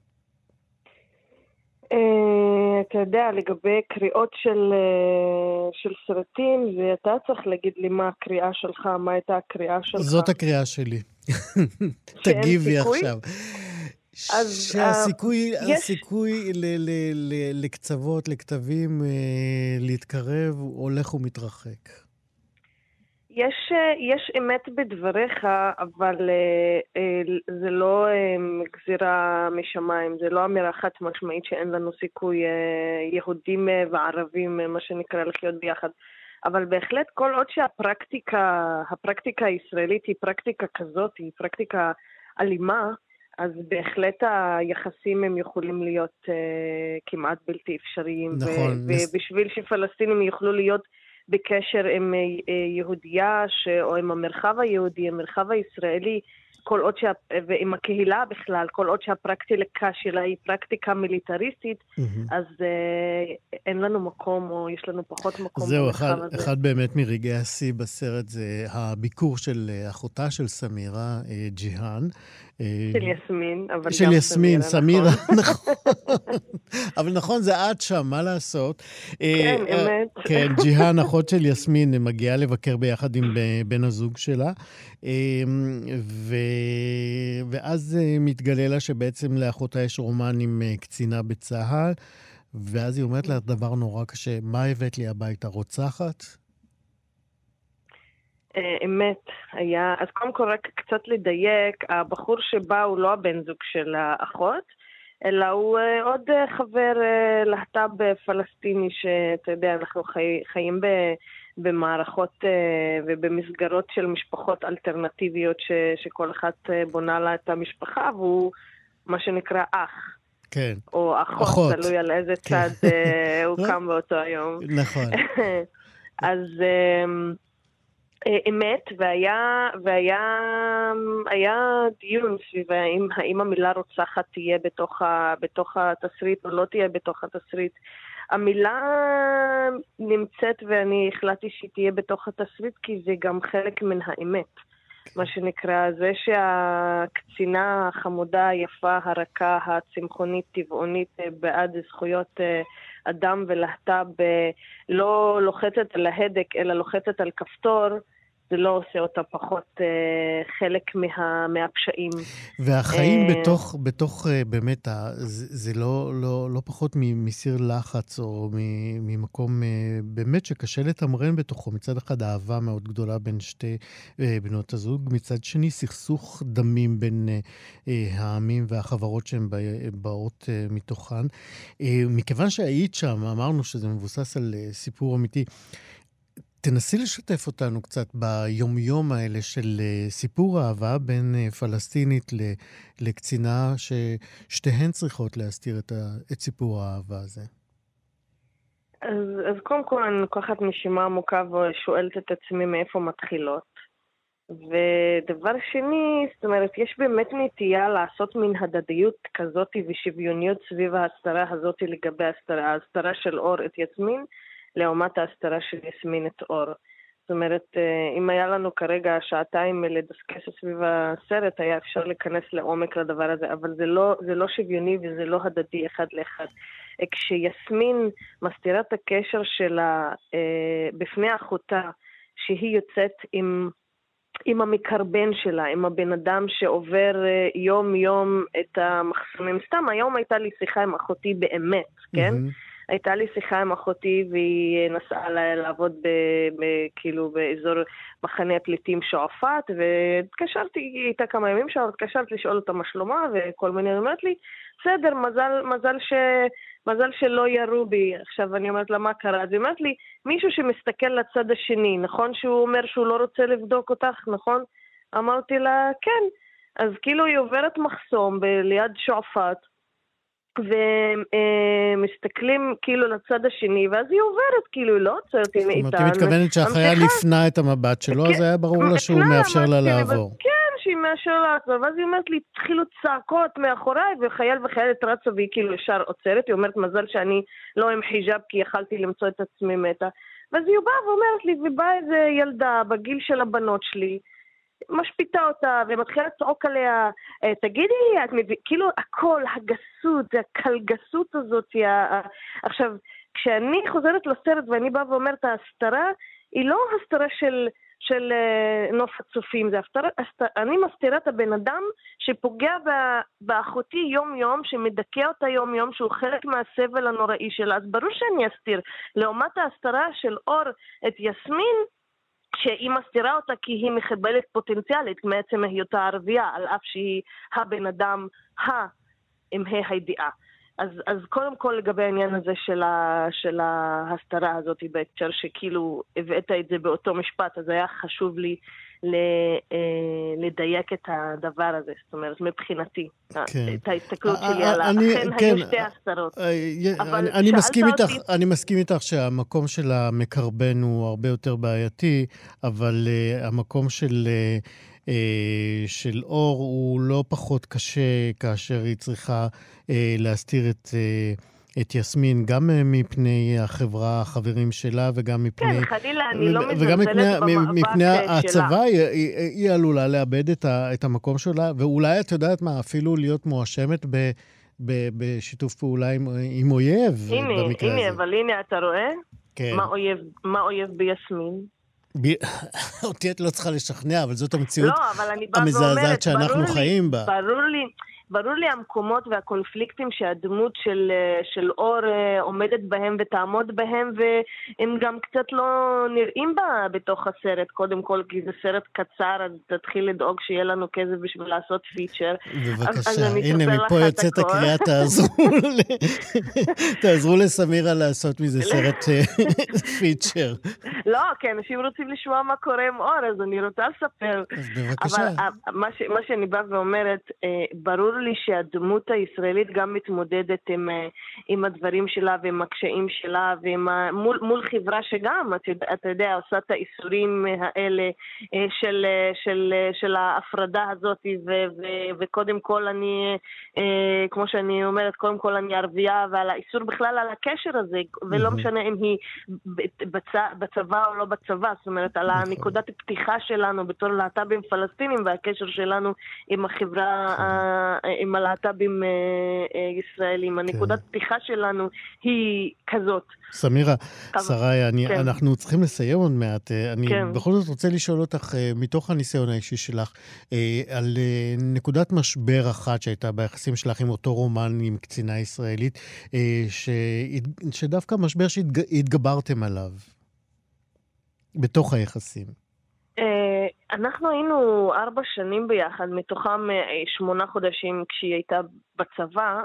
אתה יודע, לגבי קריאות של, של סרטים, ואתה צריך להגיד לי מה הקריאה שלך, מה הייתה הקריאה שלך. זאת הקריאה שלי. תגיבי עכשיו. אז, שהסיכוי uh, הסיכוי יש... ל- ל- ל- לקצוות, לכתבים, להתקרב, הולך ומתרחק. יש, יש אמת בדבריך, אבל זה לא גזירה משמיים, זה לא אמירה חד משמעית שאין לנו סיכוי יהודים וערבים, מה שנקרא לחיות ביחד. אבל בהחלט כל עוד שהפרקטיקה, הפרקטיקה הישראלית היא פרקטיקה כזאת, היא פרקטיקה אלימה, אז בהחלט היחסים הם יכולים להיות uh, כמעט בלתי אפשריים. נכון. ו- נס... ובשביל שפלסטינים יוכלו להיות בקשר עם uh, יהודיה, ש... או עם המרחב היהודי, המרחב הישראלי, כל עוד שה... ועם הקהילה בכלל, כל עוד שהפרקטיקה שלה היא פרקטיקה מיליטריסטית, mm-hmm. אז uh, אין לנו מקום, או יש לנו פחות מקום. זהו, אחד, אחד באמת מרגעי השיא בסרט זה הביקור של אחותה של סמירה, ג'יהאן. של יסמין, אבל של גם יסמין, סמירה, סמירה, נכון. אבל נכון, זה עד שם, מה לעשות? כן, אמת. כן, ג'יהאן, אחות של יסמין, מגיעה לבקר ביחד עם בן הזוג שלה, ו... ואז מתגלה לה שבעצם לאחותה יש רומן עם קצינה בצהל, ואז היא אומרת לה דבר נורא קשה, מה הבאת לי הביתה, רוצחת? אמת, היה, אז קודם כל רק קצת לדייק, הבחור שבא הוא לא הבן זוג של האחות, אלא הוא עוד חבר להט"ב פלסטיני, שאתה יודע, אנחנו חי, חיים ב, במערכות ובמסגרות של משפחות אלטרנטיביות, ש, שכל אחת בונה לה את המשפחה, והוא מה שנקרא אח. כן. או אחות, אחות. תלוי על איזה צד כן. הוא קם באותו היום. נכון. אז... אמת, והיה, והיה, היה דיון סביב האם, האם המילה רוצחת תהיה בתוך, ה, בתוך התסריט או לא תהיה בתוך התסריט. המילה נמצאת ואני החלטתי שהיא תהיה בתוך התסריט כי זה גם חלק מן האמת. מה שנקרא, זה שהקצינה החמודה, היפה, הרכה, הצמחונית, טבעונית, בעד זכויות אדם ולהט"ב, לא לוחצת על ההדק, אלא לוחצת על כפתור, זה לא עושה אותה פחות אה, חלק מה, מהפשעים. והחיים אה... בתוך, בתוך אה, באמת, ה, זה, זה לא, לא, לא פחות מסיר לחץ, או ממקום אה, באמת שקשה לתמרן בתוכו. מצד אחד אהבה מאוד גדולה בין שתי אה, בנות הזוג, מצד שני סכסוך דמים בין אה, אה, העמים והחברות שהן באות אה, מתוכן. אה, מכיוון שהיית שם, אמרנו שזה מבוסס על אה, סיפור אמיתי, תנסי לשתף אותנו קצת ביומיום האלה של סיפור אהבה בין פלסטינית לקצינה ששתיהן צריכות להסתיר את, ה, את סיפור האהבה הזה. אז, אז קודם כל אני לוקחת נשימה עמוקה ושואלת את עצמי מאיפה מתחילות. ודבר שני, זאת אומרת, יש באמת נטייה לעשות מן הדדיות כזאת ושוויוניות סביב ההסתרה הזאת לגבי ההסתרה, ההסתרה של אור את יסמין, לעומת ההסתרה של יסמין את אור. זאת אומרת, אם היה לנו כרגע שעתיים לדסקס סביב הסרט, היה אפשר להיכנס לעומק לדבר הזה, אבל זה לא, זה לא שוויוני וזה לא הדדי אחד לאחד. כשיסמין מסתירה את הקשר שלה בפני אחותה, שהיא יוצאת עם, עם המקרבן שלה, עם הבן אדם שעובר יום יום את המחסומים. סתם, היום הייתה לי שיחה עם אחותי באמת, כן? Mm-hmm. הייתה לי שיחה עם אחותי והיא נסעה לעבוד ב, ב, כאילו באזור מחנה הפליטים שועפאט, והתקשרתי איתה כמה ימים שעות, התקשרתי לשאול אותה מה שלומה וכל מיני, אומרת לי, בסדר, מזל, מזל, ש, מזל שלא ירו בי. עכשיו אני אומרת לה, מה קרה? אז היא אומרת לי, מישהו שמסתכל לצד השני, נכון שהוא אומר שהוא לא רוצה לבדוק אותך, נכון? אמרתי לה, כן. אז כאילו היא עוברת מחסום ליד שועפאט, ומסתכלים כאילו לצד השני, ואז היא עוברת, כאילו היא לא עוצרת איתה. זאת אומרת, היא מתכוונת שהחייל לפנה את המבט שלו, אז היה ברור לה שהוא מאפשר לה לעבור. כן, שהיא מאפשר לה לעבור, ואז היא אומרת לי, התחילו צעקות מאחוריי, וחייל וחיילת רצה, והיא כאילו ישר עוצרת, היא אומרת, מזל שאני לא עם חיג'אב, כי יכלתי למצוא את עצמי מתה. ואז היא באה ואומרת לי, ובאה איזה ילדה בגיל של הבנות שלי, משפיטה אותה ומתחילה לצעוק עליה, תגידי לי, את מביא, כאילו הכל, הגסות, הקלגסות הזאת, עכשיו, כשאני חוזרת לסרט ואני באה ואומרת, ההסתרה היא לא הסתרה של, של נוף הצופים, זה הסתרה, אני מסתירה את הבן אדם שפוגע באחותי יום יום, שמדכא אותה יום יום, שהוא חלק מהסבל הנוראי שלה, אז ברור שאני אסתיר, לעומת ההסתרה של אור את יסמין, שהיא מסתירה אותה כי היא מחבלת פוטנציאלית, מעצם היותה ערבייה, על אף שהיא הבן אדם ה... עם הידיעה. אז, אז קודם כל לגבי העניין הזה של, ה, של ההסתרה הזאת בהקשר שכאילו הבאת את זה באותו משפט, אז היה חשוב לי לדייק את הדבר הזה, זאת אומרת, מבחינתי, כן. את ההסתכלות שלי על אני, לכן כן, היו שתי הסתרות. אני, אני מסכים איתך, אותי... אני מסכים איתך שהמקום של המקרבן הוא הרבה יותר בעייתי, אבל uh, המקום של... Uh, של אור הוא לא פחות קשה כאשר היא צריכה להסתיר את, את יסמין, גם מפני החברה, החברים שלה, וגם מפני... כן, חלילה, אני לא וגם מזלזלת במאבק מפני שלה. הצבא, היא, היא, היא עלולה לאבד את, ה, את המקום שלה, ואולי את יודעת מה, אפילו להיות מואשמת ב, ב, בשיתוף פעולה עם, עם אויב הנה, במקרה הנה, הזה. אבל הנה, אתה רואה? כן. מה אויב, מה אויב ביסמין? אותי את לא צריכה לשכנע, אבל זאת המציאות המזעזעת שאנחנו חיים בה. ברור לי, ברור לי המקומות והקונפליקטים שהדמות של, של אור עומדת בהם ותעמוד בהם, והם גם קצת לא נראים בה בתוך הסרט, קודם כל, כי זה סרט קצר, אז תתחיל לדאוג שיהיה לנו כסף בשביל לעשות פיצ'ר. בבקשה, הנה מפה יוצאת הקריאה, תעזרו לסמירה לעשות מזה סרט פיצ'ר. לא, כי אנשים רוצים לשמוע מה קורה עם אור, אז אני רוצה לספר. אז בבקשה. אבל מה, ש, מה שאני באה ואומרת, ברור לי שהדמות הישראלית גם מתמודדת עם, עם הדברים שלה ועם הקשיים שלה, ועם, מול, מול חברה שגם, אתה, אתה יודע, עושה את האיסורים האלה של, של, של ההפרדה הזאת, ו, ו, וקודם כל אני, כמו שאני אומרת, קודם כל אני ערבייה, ועל האיסור בכלל על הקשר הזה, ולא משנה אם היא בצ, בצבא או לא בצבא, זאת אומרת, על הנקודת פתיחה שלנו בתור להט"בים פלסטינים, והקשר שלנו עם החברה, עם הלהט"בים ישראלים. הנקודת פתיחה שלנו היא כזאת. סמירה, שריי, אנחנו צריכים לסיים עוד מעט. אני בכל זאת רוצה לשאול אותך, מתוך הניסיון האישי שלך, על נקודת משבר אחת שהייתה ביחסים שלך עם אותו רומן עם קצינה ישראלית, שדווקא משבר שהתגברתם עליו. בתוך היחסים. אנחנו היינו ארבע שנים ביחד, מתוכם שמונה חודשים כשהיא הייתה בצבא,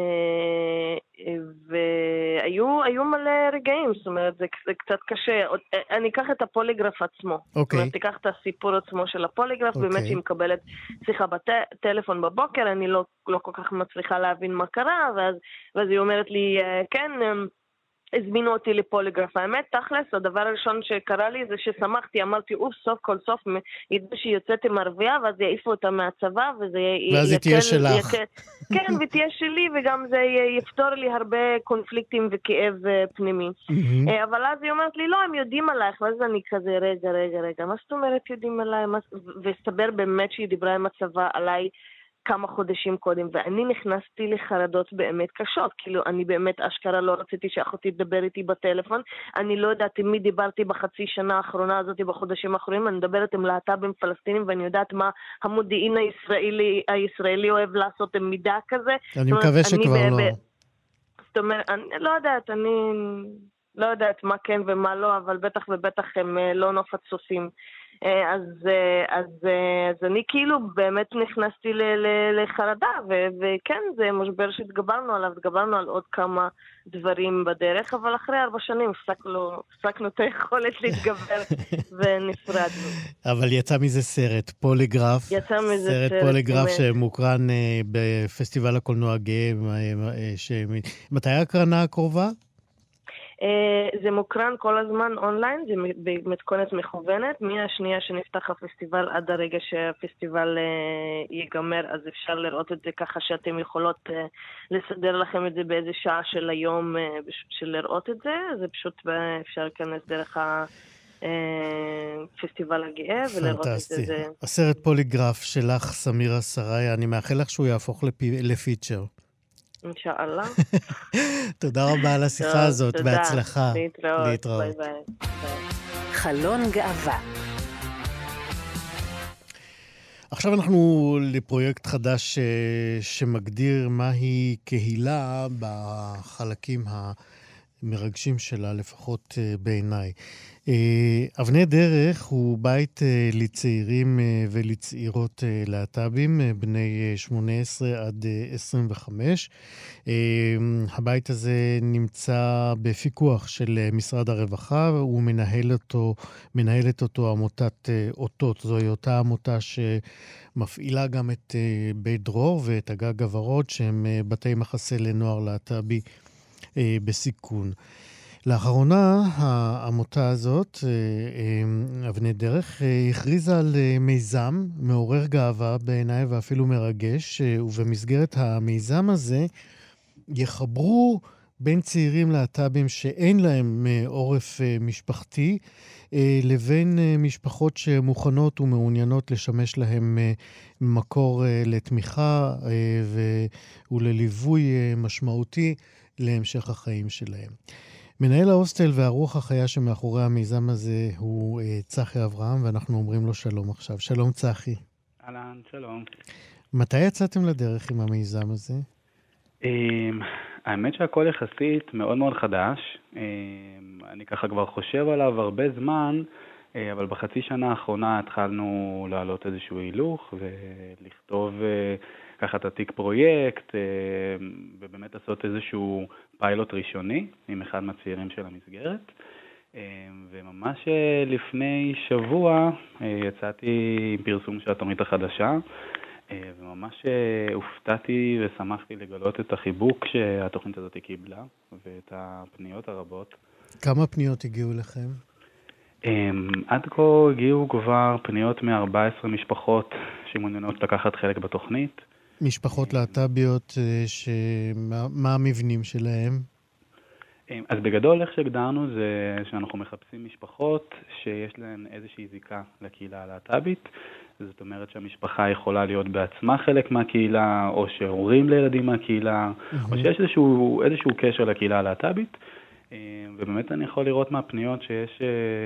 והיו היו מלא רגעים, זאת אומרת, זה, זה קצת קשה. אני אקח את הפוליגרף עצמו. Okay. זאת אומרת, תיקח את הסיפור עצמו של הפוליגרף, okay. באמת שהיא מקבלת שיחה בטלפון בבוקר, אני לא, לא כל כך מצליחה להבין מה קרה, ואז, ואז היא אומרת לי, כן, הזמינו אותי לפוליגרף. האמת, תכלס, הדבר הראשון שקרה לי זה ששמחתי, אמרתי, אוף, סוף כל סוף, ידעו שהיא יוצאת עם ערבייה, ואז יעיפו אותה מהצבא, וזה ואז היא תהיה שלך. כן, ותהיה שלי, וגם זה יפתור לי הרבה קונפליקטים וכאב פנימי. אבל אז היא אומרת לי, לא, הם יודעים עלייך, ואז אני כזה, רגע, רגע, רגע, מה זאת אומרת יודעים עליי? והסתבר באמת שהיא דיברה עם הצבא עליי, כמה חודשים קודם, ואני נכנסתי לחרדות באמת קשות, כאילו אני באמת אשכרה לא רציתי שאחותי תדבר איתי בטלפון, אני לא יודעת עם מי דיברתי בחצי שנה האחרונה הזאת, בחודשים האחרונים, אני מדברת עם להט"בים פלסטינים, ואני יודעת מה המודיעין הישראלי, הישראלי אוהב לעשות עם מידע כזה. אני מקווה שכבר לא. זאת אומרת, אני לא יודעת, אני לא יודעת מה כן ומה לא, אבל בטח ובטח הם לא נופת סוסים. אז, אז, אז אני כאילו באמת נכנסתי לחרדה, וכן, זה משבר שהתגברנו עליו, התגברנו על עוד כמה דברים בדרך, אבל אחרי ארבע שנים הפסקנו את היכולת להתגבר ונפרדנו. אבל יצא מזה סרט, פוליגרף. יצא מזה סרט. סרט פוליגרף שמוקרן בפסטיבל הקולנוע גאה. מתי ההקרנה הקרובה? זה מוקרן כל הזמן אונליין, זה במתכונת מכוונת, מהשנייה שנפתח הפסטיבל עד הרגע שהפסטיבל ייגמר, אז אפשר לראות את זה ככה שאתם יכולות לסדר לכם את זה באיזה שעה של היום של לראות את זה, זה פשוט אפשר להיכנס דרך הפסטיבל הגאה ולראות את זה. פנטסטי. הסרט פוליגרף שלך, סמירה שריי, אני מאחל לך שהוא יהפוך לפיצ'ר. אינשאללה. תודה רבה על השיחה הזאת, בהצלחה. להתראות. להתראות. ביי ביי. חלון גאווה. עכשיו אנחנו לפרויקט חדש שמגדיר מהי קהילה בחלקים המרגשים שלה, לפחות בעיניי. אבני דרך הוא בית לצעירים ולצעירות להט"בים, בני שמונה עשרה עד עשרים וחמש. הבית הזה נמצא בפיקוח של משרד הרווחה, הוא מנהל אותו, מנהלת אותו עמותת אותות. זוהי אותה עמותה שמפעילה גם את בית דרור ואת הגג הוורוד, שהם בתי מחסה לנוער להט"בי בסיכון. לאחרונה העמותה הזאת, אבני דרך, הכריזה על מיזם מעורר גאווה בעיניי ואפילו מרגש, ובמסגרת המיזם הזה יחברו בין צעירים להט"בים שאין להם עורף משפחתי, לבין משפחות שמוכנות ומעוניינות לשמש להם מקור לתמיכה ולליווי משמעותי להמשך החיים שלהם. מנהל ההוסטל והרוח החיה שמאחורי המיזם הזה הוא צחי אברהם, ואנחנו אומרים לו שלום עכשיו. שלום צחי. אהלן, שלום. מתי יצאתם לדרך עם המיזם הזה? האמת שהכל יחסית מאוד מאוד חדש. אני ככה כבר חושב עליו הרבה זמן, אבל בחצי שנה האחרונה התחלנו להעלות איזשהו הילוך ולכתוב ככה את התיק פרויקט, ובאמת לעשות איזשהו פיילוט ראשוני עם אחד מהצעירים של המסגרת. וממש לפני שבוע יצאתי עם פרסום של התוכנית החדשה, וממש הופתעתי ושמחתי לגלות את החיבוק שהתוכנית הזאת קיבלה, ואת הפניות הרבות. כמה פניות הגיעו לכם? עד כה הגיעו כבר פניות מ-ארבע עשרה משפחות שמעוניינות לקחת חלק בתוכנית. משפחות להט"ביות, שמה, מה המבנים שלהם? אז בגדול איך שהגדרנו זה שאנחנו מחפשים משפחות שיש להן איזושהי זיקה לקהילה הלהט"בית. זאת אומרת שהמשפחה יכולה להיות בעצמה חלק מהקהילה, או שהורים לילדים מהקהילה, mm-hmm. או שיש איזשהו, איזשהו קשר לקהילה הלהט"בית. ובאמת אני יכול לראות מהפניות שיש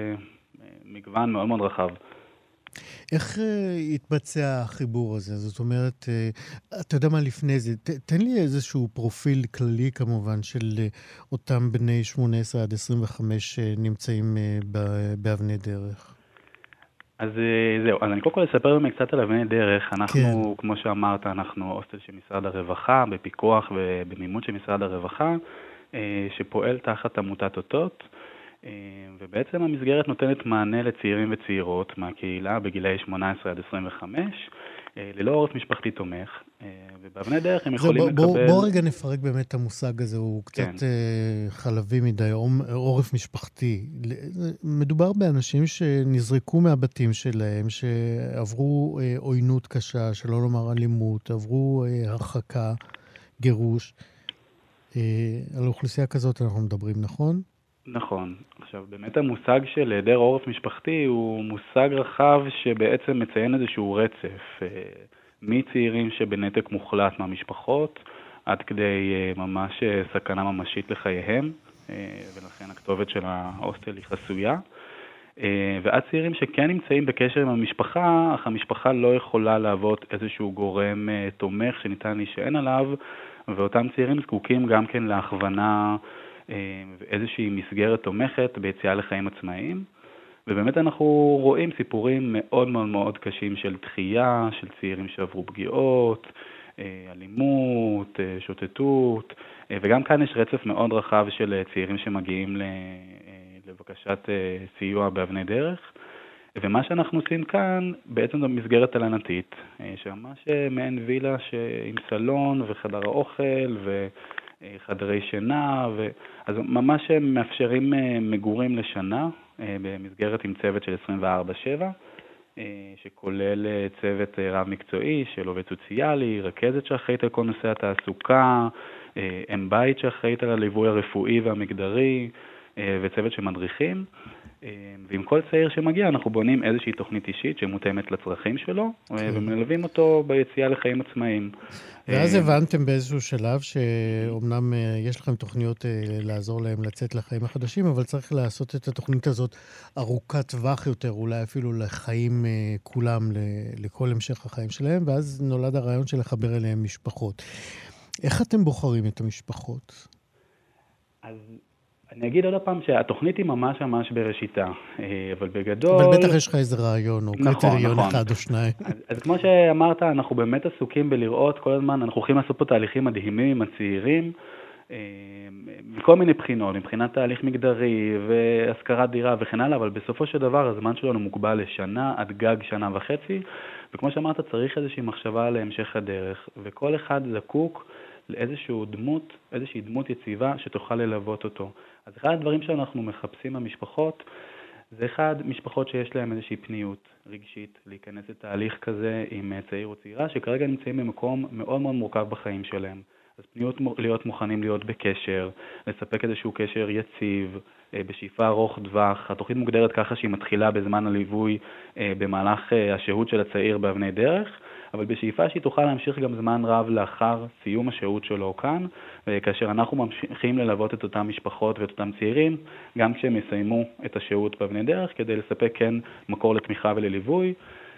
מגוון מאוד מאוד רחב. איך התבצע החיבור הזה? זאת אומרת, אתה יודע מה לפני זה? ת, תן לי איזשהו פרופיל כללי כמובן של אותם בני שמונה עשרה עד עשרים וחמש שנמצאים באבני דרך. אז זהו, אז אני קודם כל אספר באמת קצת על אבני דרך. אנחנו, כן. כמו שאמרת, אנחנו הוסטל של משרד הרווחה, בפיקוח ובמימון של משרד הרווחה, שפועל תחת עמותת אותות. ובעצם המסגרת נותנת מענה לצעירים וצעירות מהקהילה בגילי שמונה עשרה עד עשרים וחמש, ללא עורף משפחתי תומך, ובאבני דרך הם יכולים לקבל... בוא, בוא רגע נפרק באמת את המושג הזה, הוא קצת כן. חלבי מדי, עורף משפחתי. מדובר באנשים שנזרקו מהבתים שלהם, שעברו עוינות קשה, שלא לומר אלימות, עברו הרחקה, גירוש. על אוכלוסייה כזאת אנחנו מדברים, נכון? נכון. עכשיו, באמת המושג של היעדר עורף משפחתי הוא מושג רחב שבעצם מציין איזשהו רצף, מצעירים שבנתק מוחלט מהמשפחות, עד כדי ממש סכנה ממשית לחייהם, ולכן הכתובת של ההוסטל היא חסויה. ועד צעירים שכן נמצאים בקשר עם המשפחה, אך המשפחה לא יכולה להוות איזשהו גורם תומך שניתן להישען עליו, ואותם צעירים זקוקים גם כן להכוונה ואיזושהי מסגרת תומכת ביציאה לחיים עצמאיים. ובאמת אנחנו רואים סיפורים מאוד מאוד מאוד קשים של דחייה, של צעירים שעברו פגיעות, אלימות, שוטטות, וגם כאן יש רצף מאוד רחב של צעירים שמגיעים לבקשת סיוע באבני דרך. ומה שאנחנו עושים כאן בעצם זו מסגרת תלנתית, שממש מעין וילה עם סלון וחדר האוכל וחדרי שינה, ו... אז ממש מאפשרים מגורים לשנה במסגרת עם צוות של עשרים וארבע שבע, שכולל צוות רב מקצועי של עובד סוציאלי, רכזת שאחראית על כל נושא התעסוקה, אם בית שאחראית על הליווי הרפואי והמגדרי, וצוות שמדריכים. ועם כל צעיר שמגיע אנחנו בונים איזושהי תוכנית אישית שמותאמת לצרכים שלו, ומלווים אותו ביציאה לחיים עצמאיים. ואז הבנתם באיזשהו שלב שאומנם יש לכם תוכניות לעזור להם לצאת לחיים החדשים, אבל צריך לעשות את התוכנית הזאת ארוכת טווח יותר, אולי אפילו לחיים כולם, לכל המשך החיים שלהם, ואז נולד הרעיון של לחבר אליהם משפחות. איך אתם בוחרים את המשפחות? אז אני אגיד עוד פעם שהתוכנית היא ממש ממש בראשיתה, אבל בגדול... אבל בטח יש לך איזה רעיון או נכון, קריטריון נכון. אחד או שניים. אז, אז כמו שאמרת, אנחנו באמת עסוקים בלראות כל הזמן, אנחנו הולכים לעשות פה תהליכים מדהימים עם הצעירים, מכל מיני בחינות, מבחינת תהליך מגדרי והשכרת דירה וכן הלאה, אבל בסופו של דבר הזמן שלנו מוגבל לשנה, עד גג שנה וחצי, וכמו שאמרת, צריך איזושהי מחשבה להמשך הדרך, וכל אחד זקוק לאיזושהי דמות, איזושהי דמות יציבה שתוכל ללוות אותו. אז אחד הדברים שאנחנו מחפשים במשפחות, זה אחד, משפחות שיש להם איזושהי פניות רגשית, להיכנס לתהליך כזה עם צעיר או צעירה, שכרגע נמצאים במקום מאוד מאוד מורכב בחיים שלהם. אז פניות להיות מוכנים להיות בקשר, לספק איזשהו קשר יציב, בשאיפה ארוך טווח. התוכנית מוגדרת ככה שהיא מתחילה בזמן הליווי במהלך השהות של הצעיר באבני דרך, אבל בשאיפה שהיא תוכל להמשיך גם זמן רב לאחר סיום השהות שלו כאן, וכאשר אנחנו ממשיכים ללוות את אותם משפחות ואת אותם צעירים, גם כשהם יסיימו את השהות באבני דרך, כדי לספק כן מקור לתמיכה ולליווי.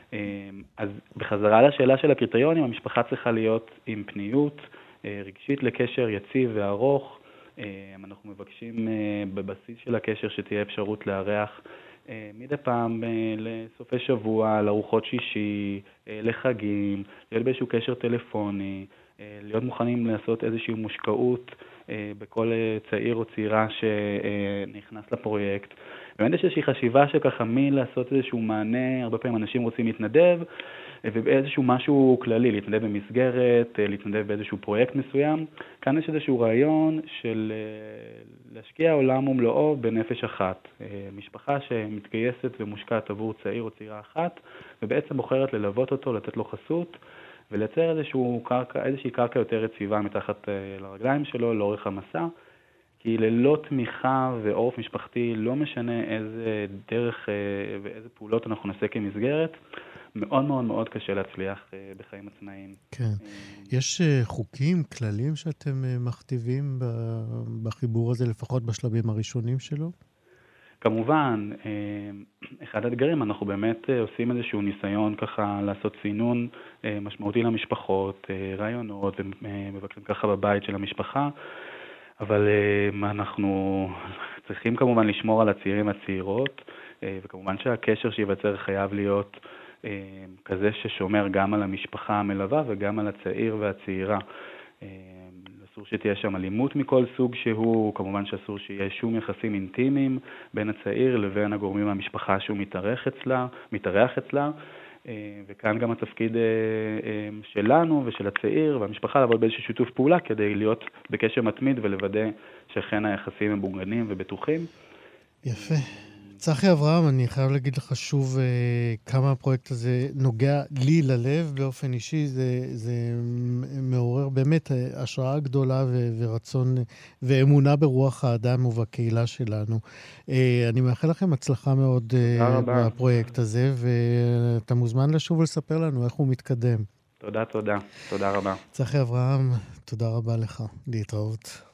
אז בחזרה לשאלה של הקריטריונים, המשפחה צריכה להיות עם פניות, רגשית לקשר יציב וארוך. אנחנו מבקשים בבסיס של הקשר שתהיה אפשרות לארח מדי פעם לסופי שבוע, לארוחות שישי, לחגים, להיות באיזשהו קשר טלפוני, להיות מוכנים לעשות איזושהי מושקעות בכל צעיר או צעירה שנכנס לפרויקט. באמת יש איזושהי חשיבה שככה מי לעשות איזשהו מענה, הרבה פעמים אנשים רוצים להתנדב, ובאיזשהו משהו כללי, להתנדב במסגרת, להתנדב באיזשהו פרויקט מסוים. כאן יש איזשהו רעיון של להשקיע עולם ומלואו בנפש אחת. משפחה שמתגייסת ומושקעת עבור צעיר או צעירה אחת, ובעצם בוחרת ללוות אותו, לתת לו חסות, ולייצר איזשהו קרקע, איזושהי קרקע יותר יציבה מתחת לרגליים שלו, לאורך המסע. כי ללא תמיכה ועורף משפחתי, לא משנה איזה דרך ואיזה פעולות אנחנו נעשה כמסגרת, מאוד מאוד מאוד קשה להצליח בחיים עצמאיים. כן. יש חוקים, כללים שאתם מכתיבים בחיבור הזה, לפחות בשלבים הראשונים שלו? כמובן, אחד האתגרים, אנחנו באמת עושים איזשהו ניסיון ככה לעשות סינון משמעותי למשפחות, רעיונות, ומבקרים ככה בבית של המשפחה, אבל אנחנו צריכים כמובן לשמור על הצעירים והצעירות, וכמובן שהקשר שיווצר חייב להיות כזה ששומר גם על המשפחה המלווה וגם על הצעיר והצעירה. אסור שתהיה שם אלימות מכל סוג שהוא, כמובן שאסור שיהיה שום יחסים אינטימיים בין הצעיר לבין הגורמים מהמשפחה שהוא מתארח אצלה, מתארח אצלה, וכאן גם התפקיד שלנו ושל הצעיר והמשפחה לעבוד באיזשהו שיתוף פעולה כדי להיות בקשר מתמיד ולוודא שאכן היחסים הם מוגנים ובטוחים. יפה. צחי אברהם, אני חייב להגיד לך שוב כמה הפרויקט הזה נוגע לי ללב באופן אישי, זה, זה מעורר באמת השראה גדולה ו- ורצון ואמונה ברוח האדם ובקהילה שלנו. אני מאחל לכם הצלחה מאוד בפרויקט הזה, ואתה מוזמן לשוב ולספר לנו איך הוא מתקדם. תודה, תודה. תודה רבה. צחי אברהם, תודה רבה לך. להתראות.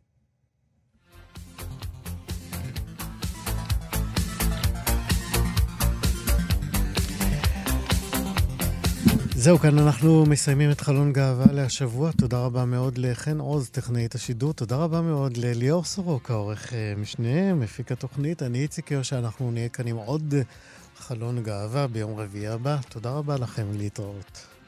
זהו, כאן אנחנו מסיימים את חלון גאווה להשבוע. תודה רבה מאוד לחן עוז, טכנאית השידור. תודה רבה מאוד לליאור סורוקה, עורך משנה, מפיק התוכנית. אני איציק יושע, אנחנו נהיה כאן עם עוד חלון גאווה ביום רביעי הבא. תודה רבה לכם, להתראות.